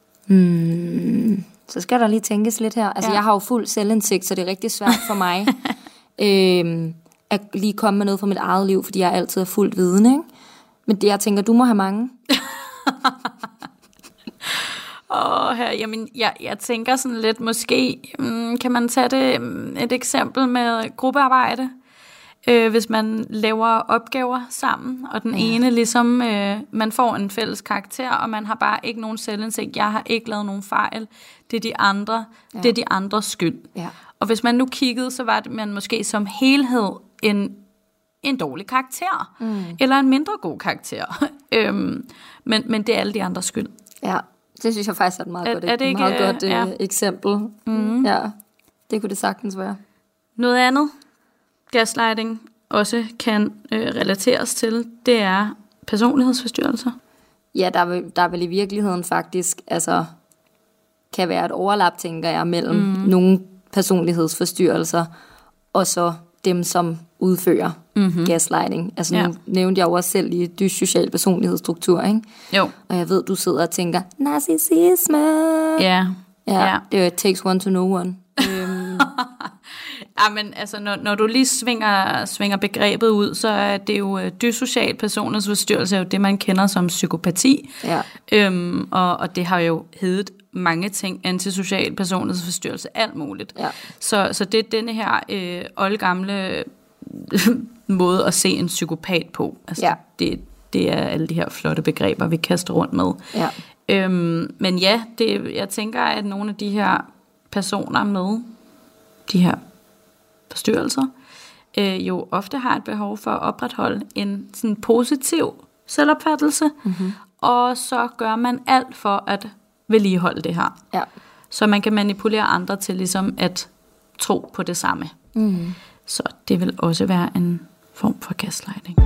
Hmm, så skal der lige tænkes lidt her. Altså, ja. jeg har jo fuld selvindsigt, så det er rigtig svært for mig øh, at lige komme med noget fra mit eget liv, fordi jeg altid er fuldt viden, ikke? Men det, jeg tænker, du må have mange. Åh, her, jamen, jeg, jeg tænker sådan lidt, måske mm, kan man tage det, et eksempel med gruppearbejde, øh, hvis man laver opgaver sammen, og den ja. ene ligesom, øh, man får en fælles karakter, og man har bare ikke nogen selvindsigt, jeg har ikke lavet nogen fejl, det er de andre, ja. det er de andres skyld. Ja. Og hvis man nu kiggede, så var det man måske som helhed en, en dårlig karakter, mm. eller en mindre god karakter, øhm, men, men det er alle de andres skyld. Ja. Det synes jeg faktisk er et meget er, godt, er det ikke, meget godt ja. uh, eksempel. Mm. Ja, det kunne det sagtens være. Noget andet, gaslighting også kan øh, relateres til, det er personlighedsforstyrrelser. Ja, der vil, der vil i virkeligheden faktisk, altså, kan være et overlap, tænker jeg, mellem mm. nogle personlighedsforstyrrelser, og så dem, som udfører mm-hmm. gaslighting. Altså ja. nu nævnte jeg jo også selv i dyssocial personlighedsstruktur, ikke? Jo. Og jeg ved, du sidder og tænker, narcissisme. Ja. Ja, ja. Det er takes one to know one. øhm. Ja, men altså, når, når du lige svinger, svinger begrebet ud, så er det jo uh, dyssocial personlighedsforstyrrelse, er jo det, man kender som psykopati. Ja. Øhm, og, og det har jo heddet mange ting, antisocial personlighedsforstyrrelse, alt muligt. Ja. Så, så det er denne her øh, oldgamle måde at se en psykopat på. Altså, ja. det, det er alle de her flotte begreber, vi kaster rundt med. Ja. Øhm, men ja, det, jeg tænker, at nogle af de her personer med de her forstyrrelser, øh, jo ofte har et behov for at opretholde en sådan positiv selvopfattelse, mm-hmm. og så gør man alt for at vedligeholde det her. Ja. Så man kan manipulere andre til ligesom at tro på det samme. Mm. Så det vil også være en form for gaslighting.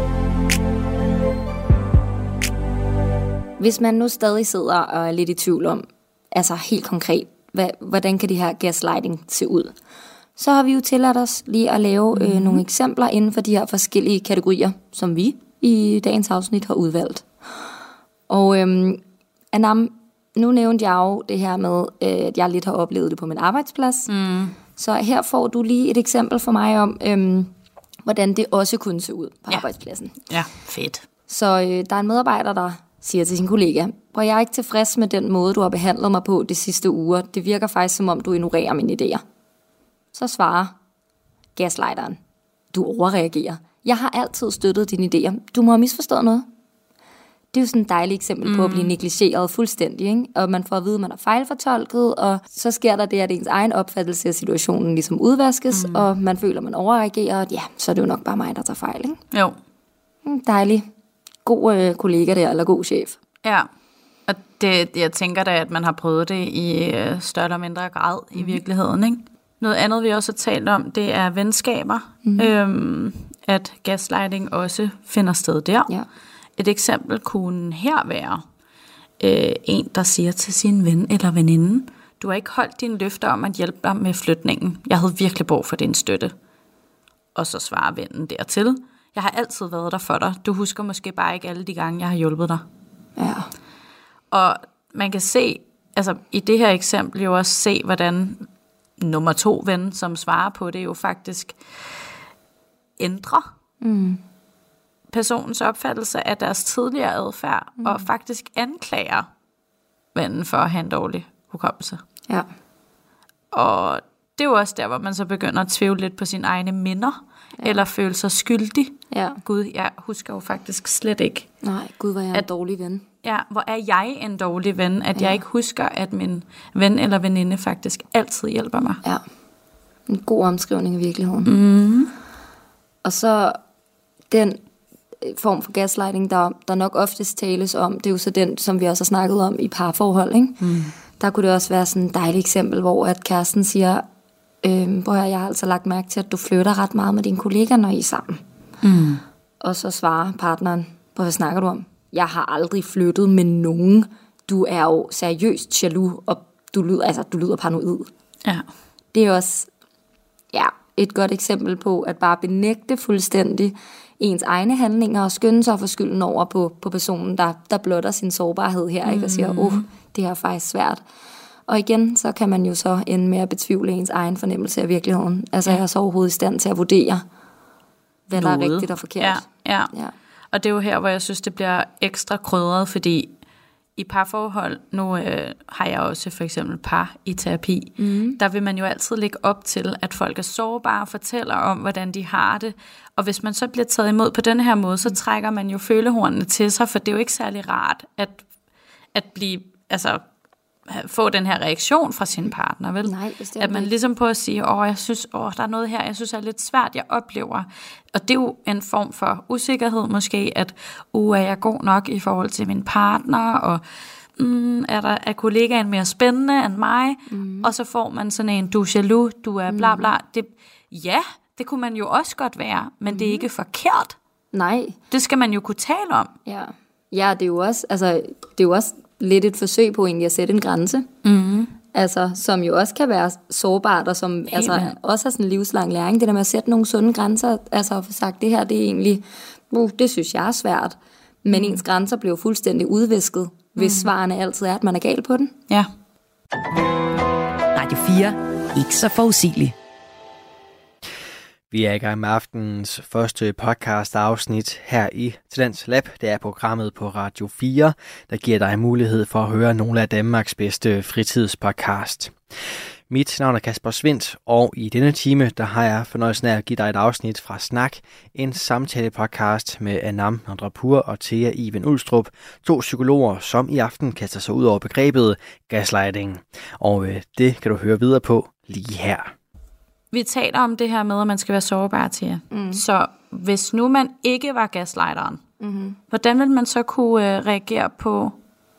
Hvis man nu stadig sidder og er lidt i tvivl om, altså helt konkret, hvad, hvordan kan de her gaslighting se ud, så har vi jo tilladt os lige at lave mm. øh, nogle eksempler inden for de her forskellige kategorier, som vi i dagens afsnit har udvalgt. Og øhm, Anam, nu nævnte jeg jo det her med, øh, at jeg lidt har oplevet det på min arbejdsplads. Mm. Så her får du lige et eksempel for mig om, øhm, hvordan det også kunne se ud på ja. arbejdspladsen. Ja, fedt. Så øh, der er en medarbejder, der siger til sin kollega, hvor jeg er ikke tilfreds med den måde, du har behandlet mig på de sidste uger. Det virker faktisk, som om du ignorerer mine idéer. Så svarer gaslighteren, du overreagerer. Jeg har altid støttet dine idéer. Du må have misforstået noget. Det er jo sådan et dejligt eksempel mm. på at blive negligeret fuldstændig, ikke? Og man får at vide, at man er fejlfortolket, og så sker der det, at ens egen opfattelse af situationen ligesom udvaskes, mm. og man føler, at man overreagerer, og ja, så er det jo nok bare mig, der tager fejl, ikke? Jo. Dejlig. God øh, kollega der, eller god chef. Ja, og det, jeg tænker da, at man har prøvet det i øh, større eller mindre grad mm. i virkeligheden, ikke? Noget andet, vi også har talt om, det er venskaber. Mm. Øhm, at gaslighting også finder sted der. Ja. Et eksempel kunne her være øh, en, der siger til sin ven eller veninde, du har ikke holdt dine løfter om at hjælpe dig med flytningen. Jeg havde virkelig brug for din støtte. Og så svarer vennen dertil, jeg har altid været der for dig. Du husker måske bare ikke alle de gange, jeg har hjulpet dig. Ja. Og man kan se, altså i det her eksempel jo også se, hvordan nummer to ven, som svarer på det, jo faktisk ændrer mm. personens opfattelse af deres tidligere adfærd, mm. og faktisk anklager vennen for at have en dårlig hukommelse. Ja. Og det er jo også der, hvor man så begynder at tvivle lidt på sine egne minder, ja. eller føle sig skyldig. Ja. Gud, jeg husker jo faktisk slet ikke. Nej, Gud, hvor jeg er at, en dårlig ven. Ja, hvor er jeg en dårlig ven, at ja. jeg ikke husker, at min ven eller veninde faktisk altid hjælper mig. Ja, en god omskrivning i virkeligheden. Mm. Og så den form for gaslighting, der, der nok oftest tales om, det er jo så den, som vi også har snakket om i parforhold, ikke? Mm. Der kunne det også være sådan et dejligt eksempel, hvor at kæresten siger, øhm, prøv at jeg har altså lagt mærke til, at du flytter ret meget med dine kollegaer, når I er sammen. Mm. Og så svarer partneren, hvad snakker du om? Jeg har aldrig flyttet med nogen. Du er jo seriøst jaloux, og du lyder, altså, du lyder paranoid. Ja. Det er også ja, et godt eksempel på, at bare benægte fuldstændig ens egne handlinger, og skynde sig for skylden over på, på personen, der, der blotter sin sårbarhed her, mm. ikke? Og siger, åh, oh, det er faktisk svært. Og igen, så kan man jo så ende med at betvivle ens egen fornemmelse af virkeligheden. Altså, jeg er så overhovedet i stand til at vurdere, hvad Noget. der er rigtigt og forkert. Ja, ja. ja. Og det er jo her, hvor jeg synes, det bliver ekstra krydret, fordi i parforhold, nu øh, har jeg også for eksempel par i terapi, mm. der vil man jo altid lægge op til, at folk er sårbare og fortæller om, hvordan de har det. Og hvis man så bliver taget imod på den her måde, så trækker man jo følehornene til sig, for det er jo ikke særlig rart at, at blive, altså, få den her reaktion fra sin partner, vel? Nej, at man ligesom på at sige, åh, jeg synes, åh, der er noget her, jeg synes er lidt svært, jeg oplever. Og det er jo en form for usikkerhed måske, at, uh, er jeg god nok i forhold til min partner, og mm, er, der, er kollegaen mere spændende end mig? Mm. Og så får man sådan en, du er jaloux, du er bla bla. Det, ja, det kunne man jo også godt være, men mm. det er ikke forkert. Nej. Det skal man jo kunne tale om. Ja, ja det er jo også, altså, det er jo også lidt et forsøg på egentlig at sætte en grænse. Mm. Altså, som jo også kan være sårbart, og som altså, også har sådan en livslang læring. Det der med at sætte nogle sunde grænser, altså at få sagt, det her, det er egentlig, uh, det synes jeg er svært. Men mm. ens grænser bliver fuldstændig udvisket, hvis mm. svarene altid er, at man er gal på den. Ja. Radio fire. Ikke så forudsigeligt. Vi er i gang med aftenens første podcast afsnit her i Talents Lab. Det er programmet på Radio fire, der giver dig mulighed for at høre nogle af Danmarks bedste fritidspodcast. Mit navn er Kasper Svindt, og i denne time der har jeg fornøjelsen af at give dig et afsnit fra Snak, en samtale-podcast med Anam Nandrapur og Thea Iben Ulstrup, to psykologer, som i aften kaster sig ud over begrebet gaslighting. Og øh, det kan du høre videre på lige her. Vi taler om det her med, at man skal være sårbar til jer. Mm. Så hvis nu man ikke var gaslighteren, mm-hmm. hvordan vil man så kunne øh, reagere på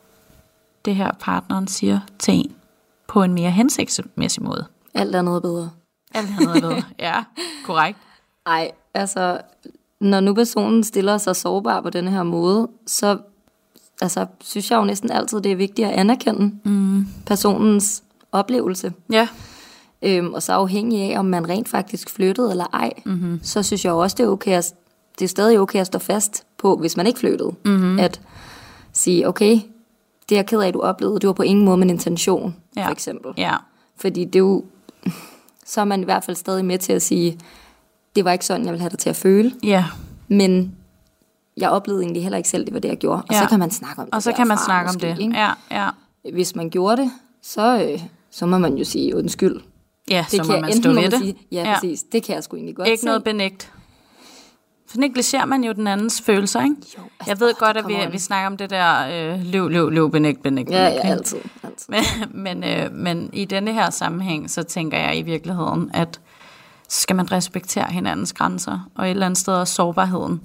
det her, partneren siger til en, på en mere hensigtsmæssig måde? Alt andet er bedre. Alt andet er bedre, ja, korrekt. Ej, altså, når nu personen stiller sig sårbar på denne her måde, så altså, synes jeg jo næsten altid, det er vigtigt at anerkende mm. personens oplevelse. Ja. Øhm, og så afhængig af, om man rent faktisk flyttede eller ej, mm-hmm. så synes jeg også, det er okay at, det er stadig okay at stå fast på, hvis man ikke flyttede. Mm-hmm. At sige, okay, det er ked af, at du oplevede, det var på ingen måde min intention, ja. for eksempel. Ja. Fordi det er jo, så er man i hvert fald stadig med til at sige, det var ikke sådan, jeg ville have det til at føle. Ja. Men jeg oplevede egentlig heller ikke selv, det var det, jeg gjorde. Og ja. så kan man snakke om det. Og så kan man snakke måske, om det. Ikke? Ja, ja. Hvis man gjorde det, så, øh, så må man jo sige undskyld. Ja, det så må man stå ved det. Sige, ja, ja, præcis. Det kan jeg sgu egentlig godt ikke se. Noget benægt. Så negligerer man jo den andens følelser, ikke? Jo, altså, jeg ved åh, godt, at vi, vi snakker om det der øh, løv, løv, løv, benægt, benægt. Ja, ja, altid. altid. Men, men, øh, men i denne her sammenhæng, så tænker jeg i virkeligheden, at skal man respektere hinandens grænser, og et eller andet sted også sårbarheden.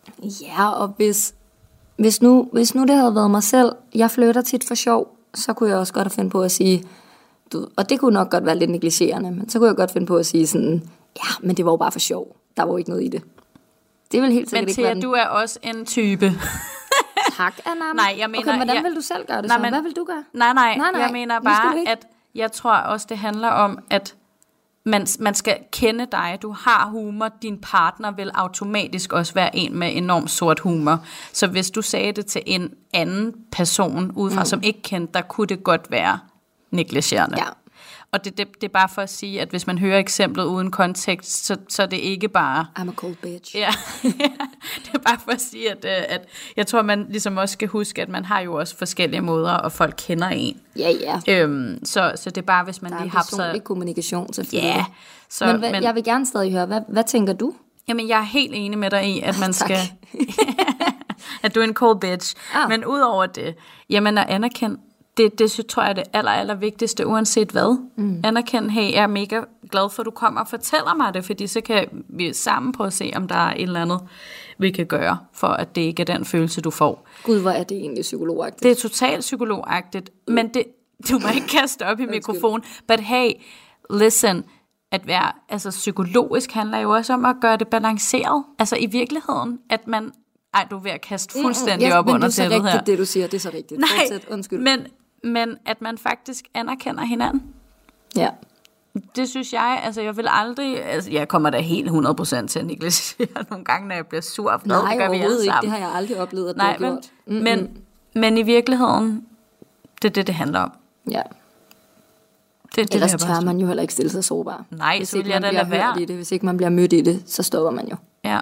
Ja, og hvis, hvis, nu, hvis nu det havde været mig selv, jeg flytter tit for sjov, så kunne jeg også godt have fundet på at sige, du, og det kunne nok godt være lidt negligerende, men så kunne jeg godt finde på at sige sådan, ja, men det var jo bare for sjov. Der var jo ikke noget i det. Det vil helt sikkert men ikke være den... du er også en type. Tak, Anna. Nej, jeg mener... Okay, hvordan jeg... vil du selv gøre det nej, så? men... Hvad vil du gøre? Nej, nej, nej, nej. jeg mener bare, at jeg tror også, det handler om, at man, man skal kende dig. Du har humor. Din partner vil automatisk også være en med enormt sort humor. Så hvis du sagde det til en anden person udefra, mm. som ikke kendte dig, kunne det godt være negligerende. Ja. Og det, det, det er bare for at sige, at hvis man hører eksemplet uden kontekst, så, så er det ikke bare... I'm a cold bitch. Ja, det er bare for at sige, at, at jeg tror, man ligesom også skal huske, at man har jo også forskellige måder, og folk kender en. Ja, ja. Øhm, så, så det er bare, hvis man der lige har... Der er personlig kommunikation, selvfølgelig. Ja. Så, men, men jeg vil gerne stadig høre, hvad, hvad tænker du? Jamen, jeg er helt enig med dig i, at man skal... at du er en cold bitch. Ah. Men udover det, jamen at anerkende, Det, det tror jeg er det aller, aller vigtigste, uanset hvad. Mm. Anerkend, hey, jeg er mega glad for, at du kommer og fortæller mig det, fordi så kan vi sammen prøve at se, om der er et eller andet, vi kan gøre, for at det ikke er den følelse, du får. Gud, hvor er det egentlig psykologagtigt. Det er totalt psykologagtigt, mm. men det, du må ikke kaste op i mikrofonen. But hey, listen, at være altså, psykologisk handler jo også om at gøre det balanceret. Altså i virkeligheden, at man... Ej, du er ved at kaste fuldstændig mm, yes, op under tæppet her. Men det er så rigtigt, det du siger, det er så rigtigt. Nej, Fortsæt, undskyld. Men, men at man faktisk anerkender hinanden. Ja. Det synes jeg, altså jeg vil aldrig, altså jeg kommer da helt hundrede procent til at negligere nogle gange, når jeg bliver sur og vred. Nej, det gør vi alle ikke, det har jeg aldrig oplevet, at Nej, du har gjort. Men, men, men i virkeligheden, det er det, det handler om. Ja. Det, det, Ellers det, tør man jo heller ikke stille sig sårbar. Nej, hvis så vil jeg da lade være. Det. Hvis ikke man bliver mødt i det, så stopper man jo. Ja.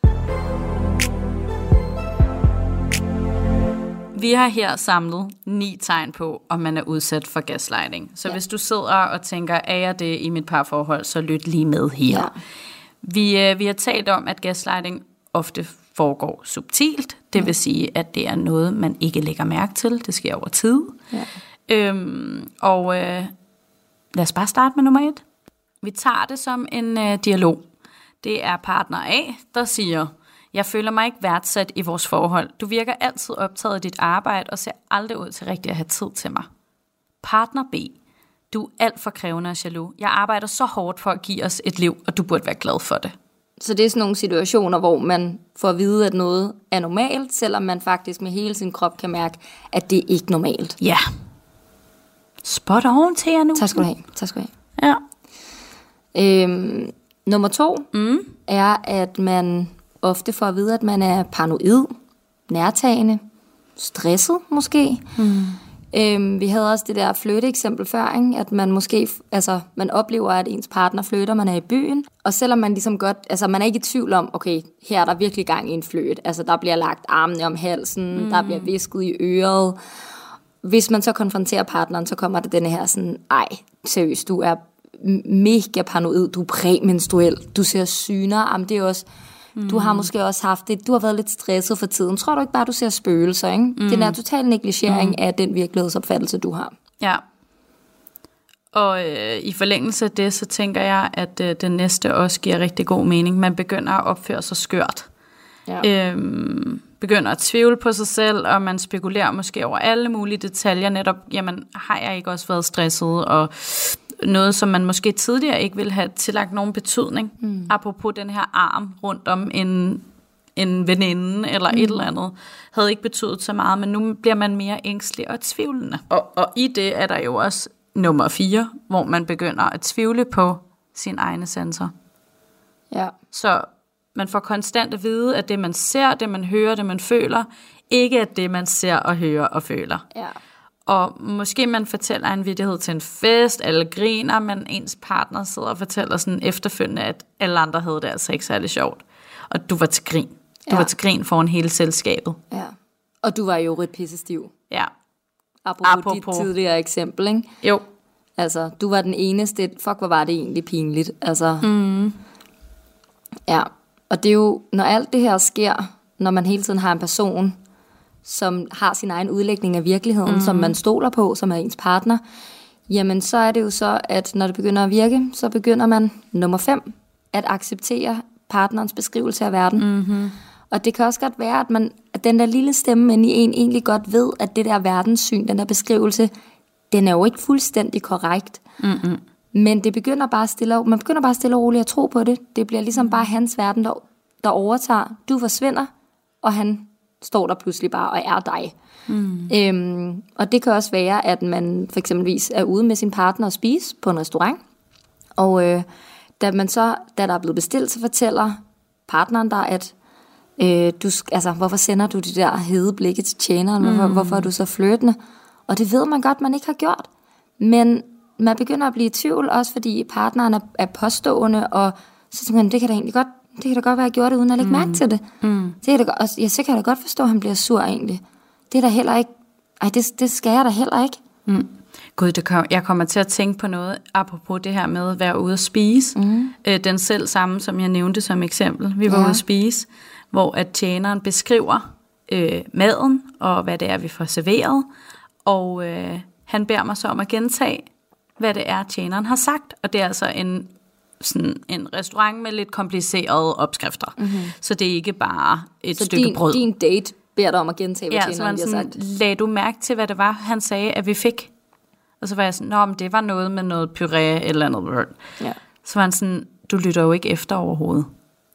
Vi har her samlet ni tegn på, om man er udsat for gaslighting. Så ja. Hvis du sidder og tænker, er jeg det i mit parforhold, så lyt lige med her. Ja. Vi, øh, vi har talt om, at gaslighting ofte foregår subtilt. Det ja. vil sige, at det er noget, man ikke lægger mærke til. Det sker over tid. Ja. Øhm, og øh, lad os bare starte med nummer et. Vi tager det som en øh, dialog. Det er partner A, der siger... Jeg føler mig ikke værdsat i vores forhold. Du virker altid optaget af dit arbejde og ser aldrig ud til rigtig at have tid til mig. Partner B. Du er alt for krævende og jaloux. Jeg arbejder så hårdt for at give os et liv, og du burde være glad for det. Så det er sådan nogle situationer, hvor man får at vide, at noget er normalt, selvom man faktisk med hele sin krop kan mærke, at det ikke er normalt. Ja. Spot on til jer nu. Tak skal du have. Tak skal du have. Ja. Øhm, nummer to mm. er, at man... ofte får at vide, at man er paranoid, nærtagende, stresset måske. Mm. Øhm, vi havde også det der flytte-eksempel før, ikke? At man måske, altså man oplever, at ens partner flytter, man er i byen, og selvom man ligesom godt, altså man er ikke i tvivl om, okay, her er der virkelig gang i en flytte, altså der bliver lagt armene om halsen, mm. der bliver visket i øret. Hvis man så konfronterer partneren, så kommer der denne her sådan, ej, seriøst, du er mega paranoid, du er præmenstruel, du ser syner, jamen det er også... Mm. Du har måske også haft det, du har været lidt stresset for tiden. Tror du ikke bare, du ser spøgelser, ikke? Mm. Den er total negligering mm. af den virkelighedsopfattelse, du har. Ja. Og øh, i forlængelse af det, så tænker jeg, at øh, det næste også giver rigtig god mening. Man begynder at opføre sig skørt. Ja. Øhm, begynder at tvivle på sig selv, og man spekulerer måske over alle mulige detaljer, netop, jamen, har jeg ikke også været stresset, og noget, som man måske tidligere ikke ville have tillagt nogen betydning, mm. apropos den her arm rundt om en, en veninde, eller mm. et eller andet, havde ikke betydet så meget, men nu bliver man mere ængstelig og tvivlende. Og, og i det er der jo også nummer fire, hvor man begynder at tvivle på sin egne sanser. Ja. Så man får konstant at vide, at det man ser, det man hører, det man føler, ikke er det man ser og hører og føler. Ja. Og måske man fortæller en vittighed til en fest, alle griner, men ens partner sidder og fortæller sådan efterfølgende, at alle andre havde det altså ikke særlig sjovt. Og du var til grin. Du ja. var til grin foran hele selskabet. Ja. Og du var jo et pissestiv. Ja. Apropos, Apropos dit tidligere eksempel, ikke? Jo. Altså, du var den eneste. Fuck, hvor var det egentlig pinligt. Altså, mm. ja. Og det er jo, når alt det her sker, når man hele tiden har en person, som har sin egen udlægning af virkeligheden, mm. som man stoler på, som er ens partner, jamen så er det jo så, at når det begynder at virke, så begynder man, nummer fem, at acceptere partnerens beskrivelse af verden. Mm-hmm. Og det kan også godt være, at, man, at den der lille stemme inde i en egentlig godt ved, at det der verdenssyn, den der beskrivelse, den er jo ikke fuldstændig korrekt. Mm-hmm. Men det begynder bare stille, man begynder bare stille og roligt at tro på det. Det bliver ligesom bare hans verden, der, der overtager. Du forsvinder, og han står der pludselig bare og er dig. Mm. Øhm, og det kan også være, at man for eksempelvis er ude med sin partner og spise på en restaurant. Og øh, da man så, da der er blevet bestilt, så fortæller partneren der, at øh, du, altså, hvorfor sender du de der hede blikke til tjeneren? Hvorfor, mm. hvorfor er du så flirtende? Og det ved man godt, man ikke har gjort. Men man begynder at blive i tvivl, også fordi partneren er, er påstående, og så tænker man, det kan da egentlig godt, det kan da godt være, at jeg gjorde det, uden at lægge mm. mærke til det. Mm. Det kan da, og ja, så kan jeg da godt forstå, at han bliver sur egentlig. Det er da heller ikke, ej, det, det skal jeg da heller ikke. Mm. Gud, det kom, jeg kommer til at tænke på noget, apropos det her med at være ude at spise. Mm. Øh, den selv samme, som jeg nævnte som eksempel. Vi var ja. ude at spise, hvor at tjeneren beskriver øh, maden, og hvad det er, vi får serveret. Og øh, han beder mig så om at gentage, hvad det er, tjeneren har sagt. Og det er altså en, sådan en restaurant med lidt komplicerede opskrifter. Mm-hmm. Så det er ikke bare et så stykke din, brød. din date beder dig om at gentage, hvad ja, tjeneren har sagt. Lagde du mærke til, hvad det var, han sagde, at vi fik? Og så var jeg sådan, nå, men det var noget med noget puré eller noget. Ja. Så var han sådan, du lytter jo ikke efter overhovedet.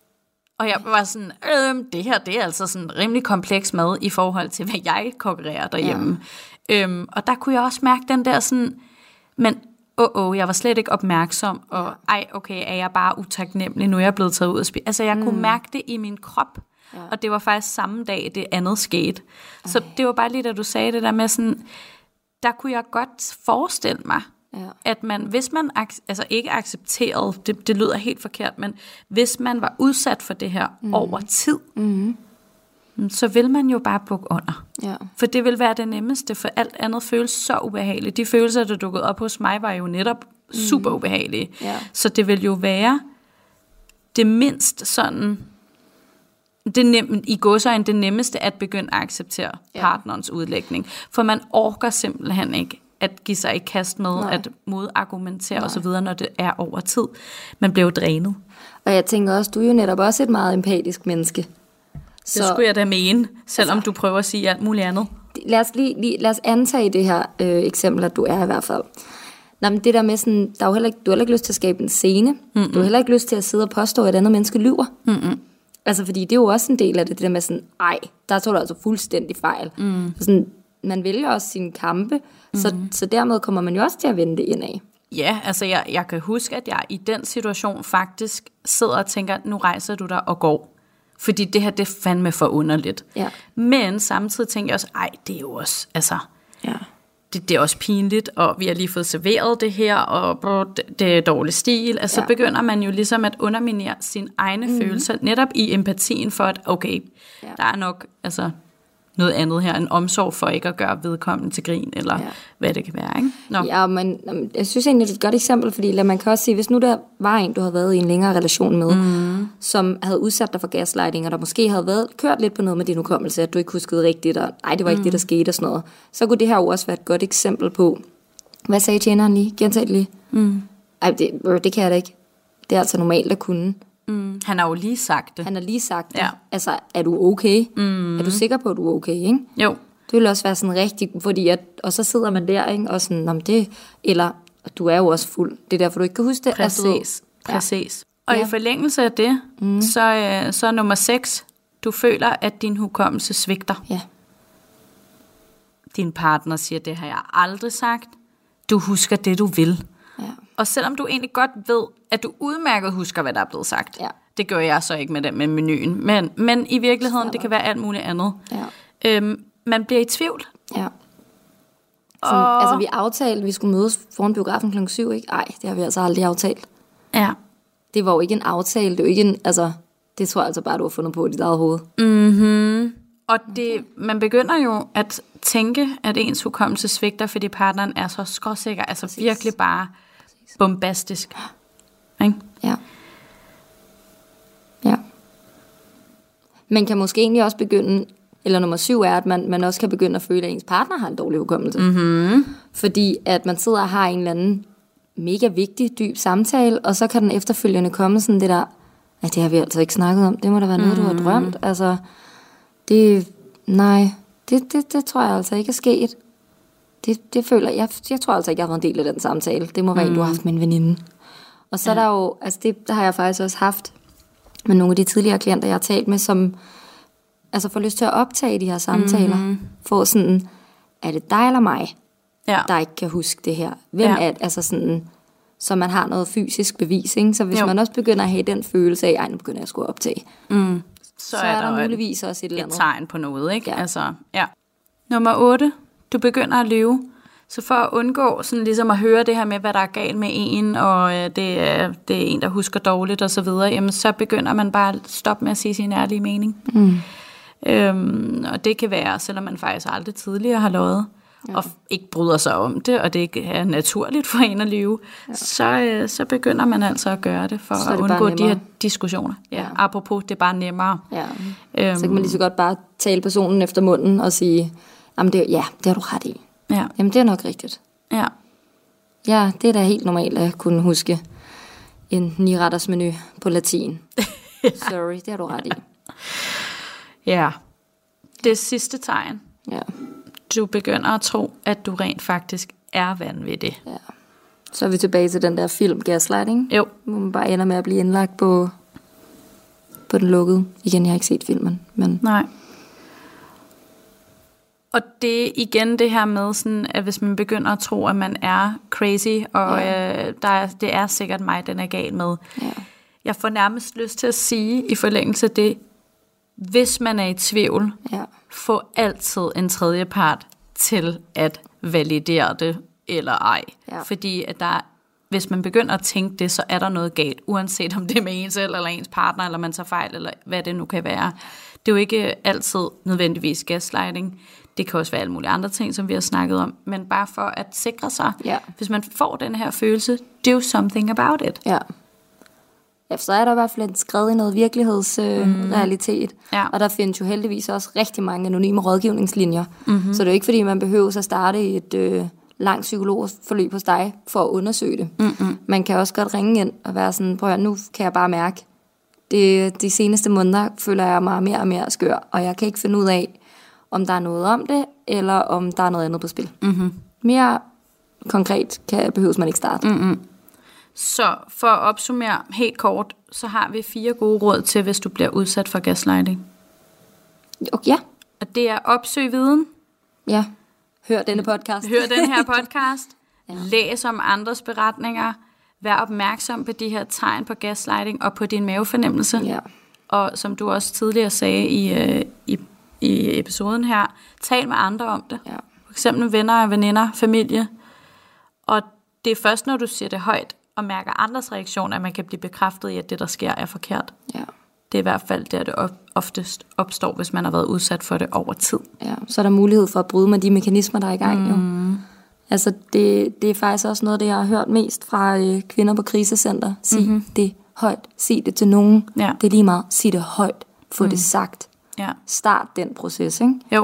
Og jeg var sådan, øh, det her, det er altså sådan rimelig kompleks mad i forhold til, hvad jeg konkurrerer derhjemme. Ja. Øhm, og der kunne jeg også mærke den der sådan, men åh, oh, oh, jeg var slet ikke opmærksom, og ja. ej, okay, er jeg bare utaknemmelig, nu er jeg blevet taget ud at spise. Altså, jeg mm. kunne mærke det i min krop, ja. og det var faktisk samme dag, det andet skete. Okay. Så det var bare lige, da du sagde det der med sådan, der kunne jeg godt forestille mig, ja. at man, hvis man ac- altså ikke accepterede, det, det lyder helt forkert, men hvis man var udsat for det her mm. over tid, mm. så vil man jo bare bukke under. Ja. For det vil være det nemmeste, for alt andet føles så ubehageligt. De følelser, der dukkede op hos mig, var jo netop mm. super ubehagelige. Ja. Så det vil jo være det mindst sådan, det nem, i godsøjne det nemmeste at begynde at acceptere ja. partnerens udlægning. For man orker simpelthen ikke at give sig i kast med, Nej. at modargumentere osv., når det er over tid. Man bliver jo drænet. Og jeg tænker også, du er jo netop også et meget empatisk menneske. Så, det skulle jeg da mene, selvom altså, du prøver at sige alt muligt andet. Lad os, lige, lige, lad os antage det her øh, eksempel, at du er i hvert fald. Nå, men det der med sådan, der er jo heller ikke, du har heller ikke lyst til at skabe en scene. Mm-mm. Du har heller ikke lyst til at sidde og påstå, at et andet menneske lyver. Mm-mm. Altså, fordi det er jo også en del af det, det der med sådan, ej, der tog du altså fuldstændig fejl. Mm. Sådan, man vælger også sine kampe, mm. så, så dermed kommer man jo også til at vende det indad. Ja, altså jeg, jeg kan huske, at jeg i den situation faktisk sidder og tænker, nu rejser du dig og går. Fordi det her, det er fandme for underligt. Ja. Men samtidig tænker jeg også, ej, det er jo også, altså, ja. det, det er også pinligt, og vi har lige fået serveret det her, og brr, det, det er dårlig stil. Altså, ja. så begynder man jo ligesom at underminere sine egne mm-hmm. følelser, netop i empatien for, at okay, ja. der er nok, altså, noget andet her, en omsorg for ikke at gøre vedkommende til grin, eller ja. hvad det kan være, ikke? Nå. Ja, men jeg synes egentlig, det er et godt eksempel, fordi man kan også sige, hvis nu der var en, du havde været i en længere relation med, mm. som havde udsat dig for gaslighting, og der måske havde været kørt lidt på noget med din hukommelse, at du ikke huskede rigtigt, og nej, det var ikke mm. det, der skete og sådan noget, så kunne det her også være et godt eksempel på, hvad sagde tjeneren lige? Gentag det lige. Mm. Ej, det, det kan jeg da ikke. Det er altså normalt at kunne. Mm. Han har jo lige sagt det. Han har lige sagt det. Ja. Altså, er du okay? Mm. Er du sikker på, at du er okay, ikke? Jo. Det vil også være sådan rigtig, fordi at, og så sidder man der, ikke? Og sådan, om det, eller du er jo også fuld. Det er derfor, du ikke kan huske det. Præcis, altså, præcis. Og ja. i forlængelse af det, mm. så, øh, så er nummer seks, du føler, at din hukommelse svigter. Ja. Din partner siger, det har jeg aldrig sagt. Du husker det, du vil. Ja. Og selvom du egentlig godt ved, at du udmærket husker, hvad der er blevet sagt. Ja. Det gør jeg så ikke med den med menuen. Men, men i virkeligheden, det kan være alt muligt andet. Ja. Øhm, man bliver i tvivl. Ja. Og... Sådan, altså, vi aftalte, at vi skulle mødes foran biografen klokken syv, ikke? Ej, det har vi altså aldrig aftalt. Ja. Det var jo ikke en aftale, det er jo ikke en, altså, det tror jeg altså bare, du har fundet på i dit eget hoved. Mhm. Og det, man begynder jo at tænke, at ens hukommelse svigter, fordi partneren er så skråsikker, altså Præcis. virkelig bare Præcis. bombastisk. Ikke? Ja. Ja. Man kan måske egentlig også begynde, eller nummer syv er, at man, man også kan begynde at føle, at ens partner har en dårlig hukommelse. Mm-hmm. Fordi at man sidder og har en eller anden mega vigtig, dyb samtale, og så kan den efterfølgende komme sådan det der, at det har vi altså ikke snakket om, det må da være noget, mm-hmm. du har drømt. Altså, det, nej, det, det, det tror jeg altså ikke er sket. Det, det føler jeg, jeg tror altså ikke, jeg har været en del af den samtale. Det må være mm. en, du har haft med en veninde. Og så ja. er der jo, altså det, der har jeg faktisk også haft med nogle af de tidligere klienter, jeg har talt med, som altså får lyst til at optage de her samtaler. Mm. For sådan, er det dig eller mig, ja. der ikke kan huske det her? Hvem ja. er det? Altså sådan, så man har noget fysisk bevis, ikke? Så hvis jo. man også begynder at have den følelse af, ej, nu begynder jeg at skulle optage. Mm. Så, så er, er der, der muligvis også et eller andet. Et tegn på noget, ikke? Ja. Altså, ja. Nummer otte. Du begynder at lyve. Så for at undgå sådan ligesom at høre det her med, hvad der er galt med en, og øh, det, er, det er en, der husker dårligt og så videre, jamen så begynder man bare at stoppe med at sige sin ærlige mening. Mm. Øhm, og det kan være, selvom man faktisk aldrig tidligere har løjet, ja. og ikke bryder sig om det, og det ikke er naturligt for en at lyve, ja. så, øh, så begynder man altså at gøre det, for at undgå de her diskussioner. Ja, ja. Apropos, det er bare nemmere. Ja. Øhm, så kan man lige så godt bare tale personen efter munden og sige, jamen det, ja, det har du ret i. Ja. Jamen, det er nok rigtigt. Ja. Ja, det er da helt normalt at kunne huske en ni-retters menu på latin. ja. Sorry, det har du ret i. Ja. Det sidste tegn. Ja. Du begynder at tro, at du rent faktisk er vanvittig. Ja. Så er vi tilbage til den der film Gaslighting. Jo. Hvor man bare ender med at blive indlagt på, på den lukkede. Igen, jeg har ikke set filmen. Men... Nej. Og det er igen det her med, sådan, at hvis man begynder at tro, at man er crazy, og ja. øh, der er, det er sikkert mig, den er gal med. Ja. Jeg får nærmest lyst til at sige i forlængelse af det, hvis man er i tvivl, ja. få altid en tredje part til at validere det eller ej. Ja. Fordi at der, hvis man begynder at tænke det, så er der noget galt, uanset om det er med en selv, eller ens partner, eller man tager fejl, eller hvad det nu kan være. Det er jo ikke altid nødvendigvis gaslighting. Det kan også være alle mulige andre ting, som vi har snakket om. Men bare for at sikre sig, ja. hvis man får den her følelse, do something about it. Ja. Ja, så er der i hvert fald skrevet i noget virkelighedsrealitet. Øh, mm. ja. Og der findes jo heldigvis også rigtig mange anonyme rådgivningslinjer. Mm-hmm. Så det er jo ikke, fordi man behøver at starte et øh, langt psykologforløb hos dig for at undersøge det. Mm-hmm. Man kan også godt ringe ind og være sådan, prøv at nu kan jeg bare mærke, det, de seneste måneder føler jeg mig mere og mere skør, og jeg kan ikke finde ud af, om der er noget om det, eller om der er noget andet på spil. Mm-hmm. Mere konkret kan, behøves man ikke starte. Mm-hmm. Så for at opsummere helt kort, så har vi fire gode råd til, hvis du bliver udsat for gaslighting. Okay, ja. Og det er opsøg viden. Ja, hør denne podcast. Hør den her podcast. ja. Læs om andres beretninger. Vær opmærksom på de her tegn på gaslighting og på din mavefornemmelse. Ja. Og som du også tidligere sagde i, øh, i, i episoden her, tal med andre om det. Ja. For eksempel venner og veninder, familie. Og det er først, når du siger det højt og mærker andres reaktion, at man kan blive bekræftet i, at det, der sker, er forkert. Ja. Det er i hvert fald der, det oftest opstår, hvis man har været udsat for det over tid. Ja, så er der mulighed for at bryde med de mekanismer, der er i gang. Mm. Jo. Altså, det, det er faktisk også noget, det jeg har hørt mest fra øh, kvinder på krisecenter. Sig mm-hmm. det højt. Sig det til nogen. Ja. Det er lige meget. Sig det højt. Få mm. det sagt. Ja. Start den proces, ikke? Jo.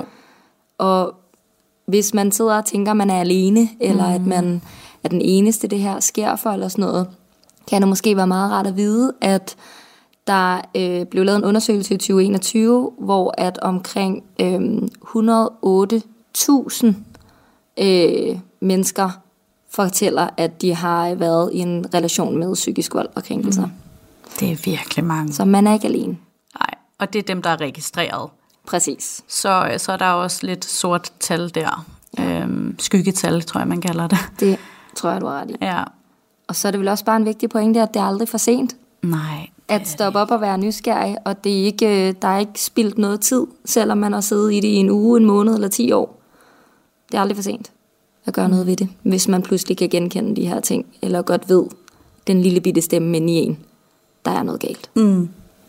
Og hvis man sidder og tænker, at man er alene, eller mm. at man er den eneste, det her sker for, eller sådan noget, kan det måske være meget rart at vide, at Der øh, blev lavet en undersøgelse i tyve enogtyve, hvor at omkring øh, et hundrede og otte tusind øh, mennesker fortæller, at de har været i en relation med psykisk vold og krænkelser. Mm. Det er virkelig mange. Så man er ikke alene. Nej, og det er dem, der er registreret. Præcis. Så, så er der også lidt sort tal der. Øhm, skyggetal, tror jeg, man kalder det. Det tror jeg, du har ret i. Ja. Og så er det vel også bare en vigtig pointe, at det er aldrig for sent. Nej. At stoppe op og være nysgerrig, og det er ikke, der er ikke spildt noget tid, selvom man har siddet i det i en uge, en måned eller ti år. Det er aldrig for sent at gøre noget ved det, hvis man pludselig kan genkende de her ting, eller godt ved den lille bitte stemme inde i en, der er noget galt. Mm.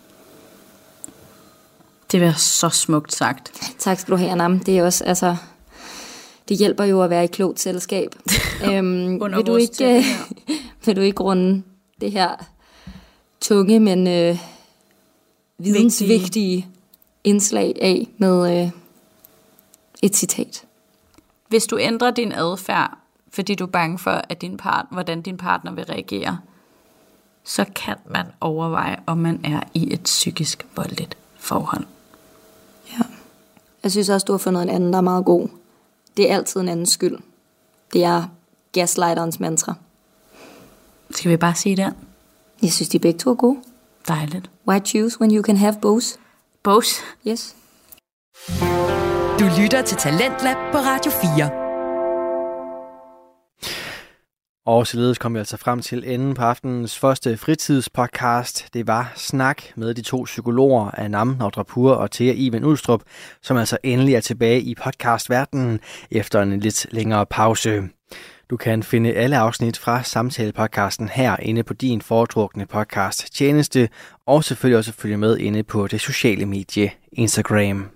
Det var så smukt sagt. Tak skal du have, Anam. Det er også, altså, det hjælper jo at være i klogt selskab. øhm, vil, du ikke, vil du ikke runde det her tunge, men øh, vidensvigtige indslag af med øh, et citat? Hvis du ændrer din adfærd, fordi du er bange for, at din part, hvordan din partner vil reagere, så kan man overveje, om man er i et psykisk voldeligt forhold. Ja. Jeg synes også, du har fundet en anden, der er meget god. Det er altid en andens skyld. Det er gaslighterens mantra. Skal vi bare sige det? Jeg synes, de begge to er gode. Dejligt. Why choose when you can have both? Both? Yes. Du lytter til Talentlab på Radio fire. Og således kom vi altså frem til enden på aftenens første fritidspodcast. Det var Snak med de to psykologer, Anam Nawdrapur og Thea Iben Ulstrup, som altså endelig er tilbage i podcastverdenen efter en lidt længere pause. Du kan finde alle afsnit fra samtalepodcasten her inde på din foretrukne podcast tjeneste, og selvfølgelig også følge med inde på det sociale medie Instagram.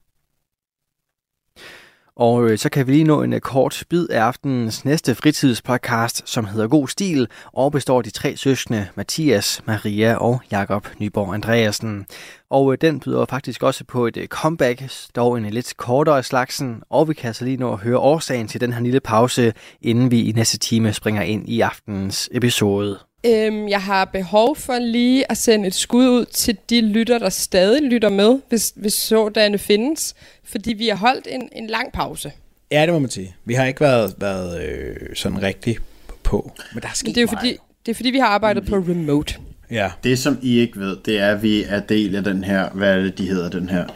Og øh, så kan vi lige nå en uh, kort bid af aftenens næste fritidspodcast, som hedder God Stil, og består af de tre søskende Mathias, Maria og Jakob Nyborg Andreasen. Og øh, den byder faktisk også på et uh, comeback, dog en uh, lidt kortere slagsen, og vi kan altså lige nå at høre årsagen til den her lille pause, inden vi i næste time springer ind i aftenens episode. Øhm, jeg har behov for lige at sende et skud ud til de lytter, der stadig lytter med, hvis, hvis sådanne findes. Fordi vi har holdt en, en lang pause. Ja, det må man sige. Vi har ikke været, været øh, sådan rigtig på. Men der er sket det er jo fordi, det er fordi, vi har arbejdet på remote. Ja. Det, som I ikke ved, det er, at vi er del af den her, hvad er det, de hedder, den her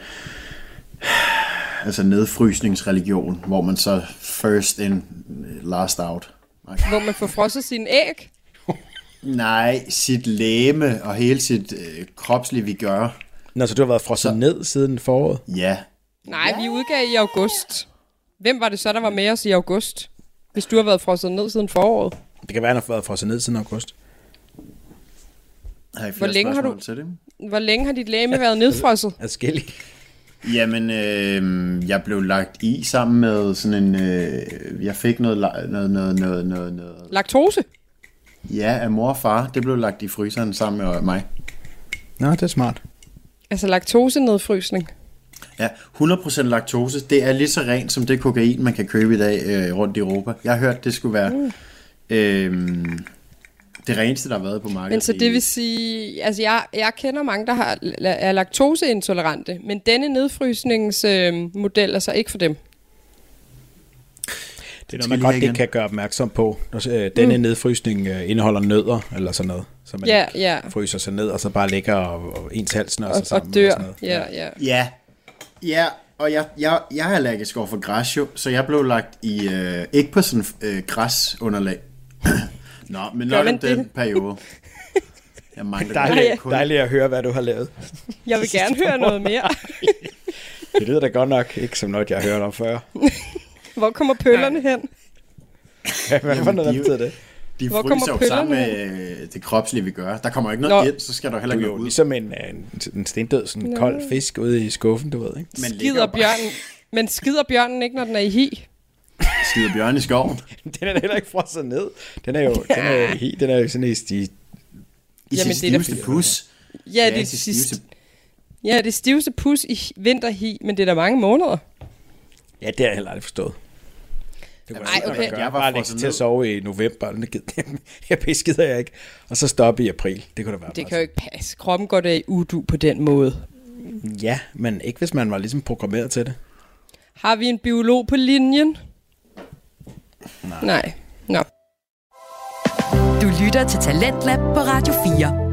altså nedfrysningsreligion, hvor man så first in, last out. Okay. Hvor man får frosset sine æg. Nej, sit læme og hele sit øh, kropslige vi gør. Nå, så du har været frosset ned siden foråret? Ja. Nej, vi udgav i august. Hvem var det så, der var med os i august? Hvis du har været frosset ned siden foråret. Det kan være, at han har været frosset ned siden august. Har I Hvor længe har du? Til det? Hvor længe har dit læme været nedfrosset? Adskillig. Jamen, øh, jeg blev lagt i sammen med sådan en... Øh, jeg fik noget, noget, noget, noget, noget, noget... Laktose? Ja, af mor og far. Det blev lagt i fryseren sammen med mig. Nå, det er smart. Altså laktosenedfrysning? Ja, hundrede procent laktose. Det er lige så rent som det kokain, man kan købe i dag øh, rundt i Europa. Jeg har hørt, det skulle være mm. øh, det reneste, der har været på markedet. Men så det vil sige... Altså, jeg, jeg kender mange, der har, er laktoseintolerante, men denne nedfrysningsmodel øh, er så ikke for dem. Det er noget, man godt ikke kan gøre opmærksom på. Denne mm. nedfrysning indeholder nødder, eller sådan noget. Så man ja, ja. fryser sig ned, og så bare ligger og, og ens halsen og, og, sammen, og dør. Og sådan noget. Ja, ja. Ja, ja. Og jeg, jeg, jeg er allergisk over for græs jo, så jeg blev lagt i, øh, ikke på sådan øh, græsunderlag. Nå, men nok om den periode. Jeg mangler dejligt, dejligt at høre, hvad du har lavet. Jeg vil gerne høre noget mere. Det lyder da godt nok ikke som noget, jeg har hørt om før. Hvor kommer pøllerne hen? Ja, hvad for noget betyder det? De fryser jo sammen med det kropslige, vi gør. Der kommer ikke noget Nå. ind, så skal der heller ikke noget ud. Du er jo ligesom en, en, en stendød, sådan en kold fisk ude i skuffen, du ved, ikke? Men skider bjørnen, men skider bjørnen ikke, når den er i hi? Skider bjørnen i skoven? Den er heller ikke frosset ned. Den er jo den er i hi, den er jo sådan i sti. I sit stiveste pus. Ja, ja, det er det stiveste. Ja, det stiveste pus i vinterhi, men det er der mange måneder. Ja, det har jeg heller aldrig forstået. Det kunne Ej, okay. Jeg var bare lægge til at sove i november. Jeg beskider jeg ikke. Og så stoppe i april. Det kunne da være. Det kan jo ikke passe. Kroppen går da i udu på den måde. Ja, men ikke hvis man var ligesom programmeret til det. Har vi en biolog på linjen? Nej. Nej. Nå. Du lytter til Talentlab på Radio fire.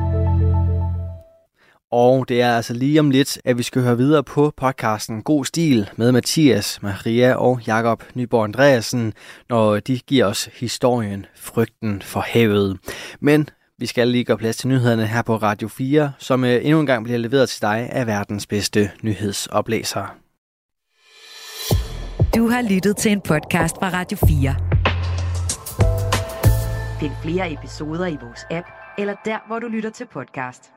Og det er altså lige om lidt, at vi skal høre videre på podcasten God Stil med Mathias, Maria og Jakob Nyborg Andreasen, når de giver os historien Frygten for havet. Men vi skal lige gøre plads til nyhederne her på Radio fire, som endnu en gang bliver leveret til dig af verdens bedste nyhedsoplæser. Du har lyttet til en podcast fra Radio fire. Find flere episoder i vores app, eller der, hvor du lytter til podcast.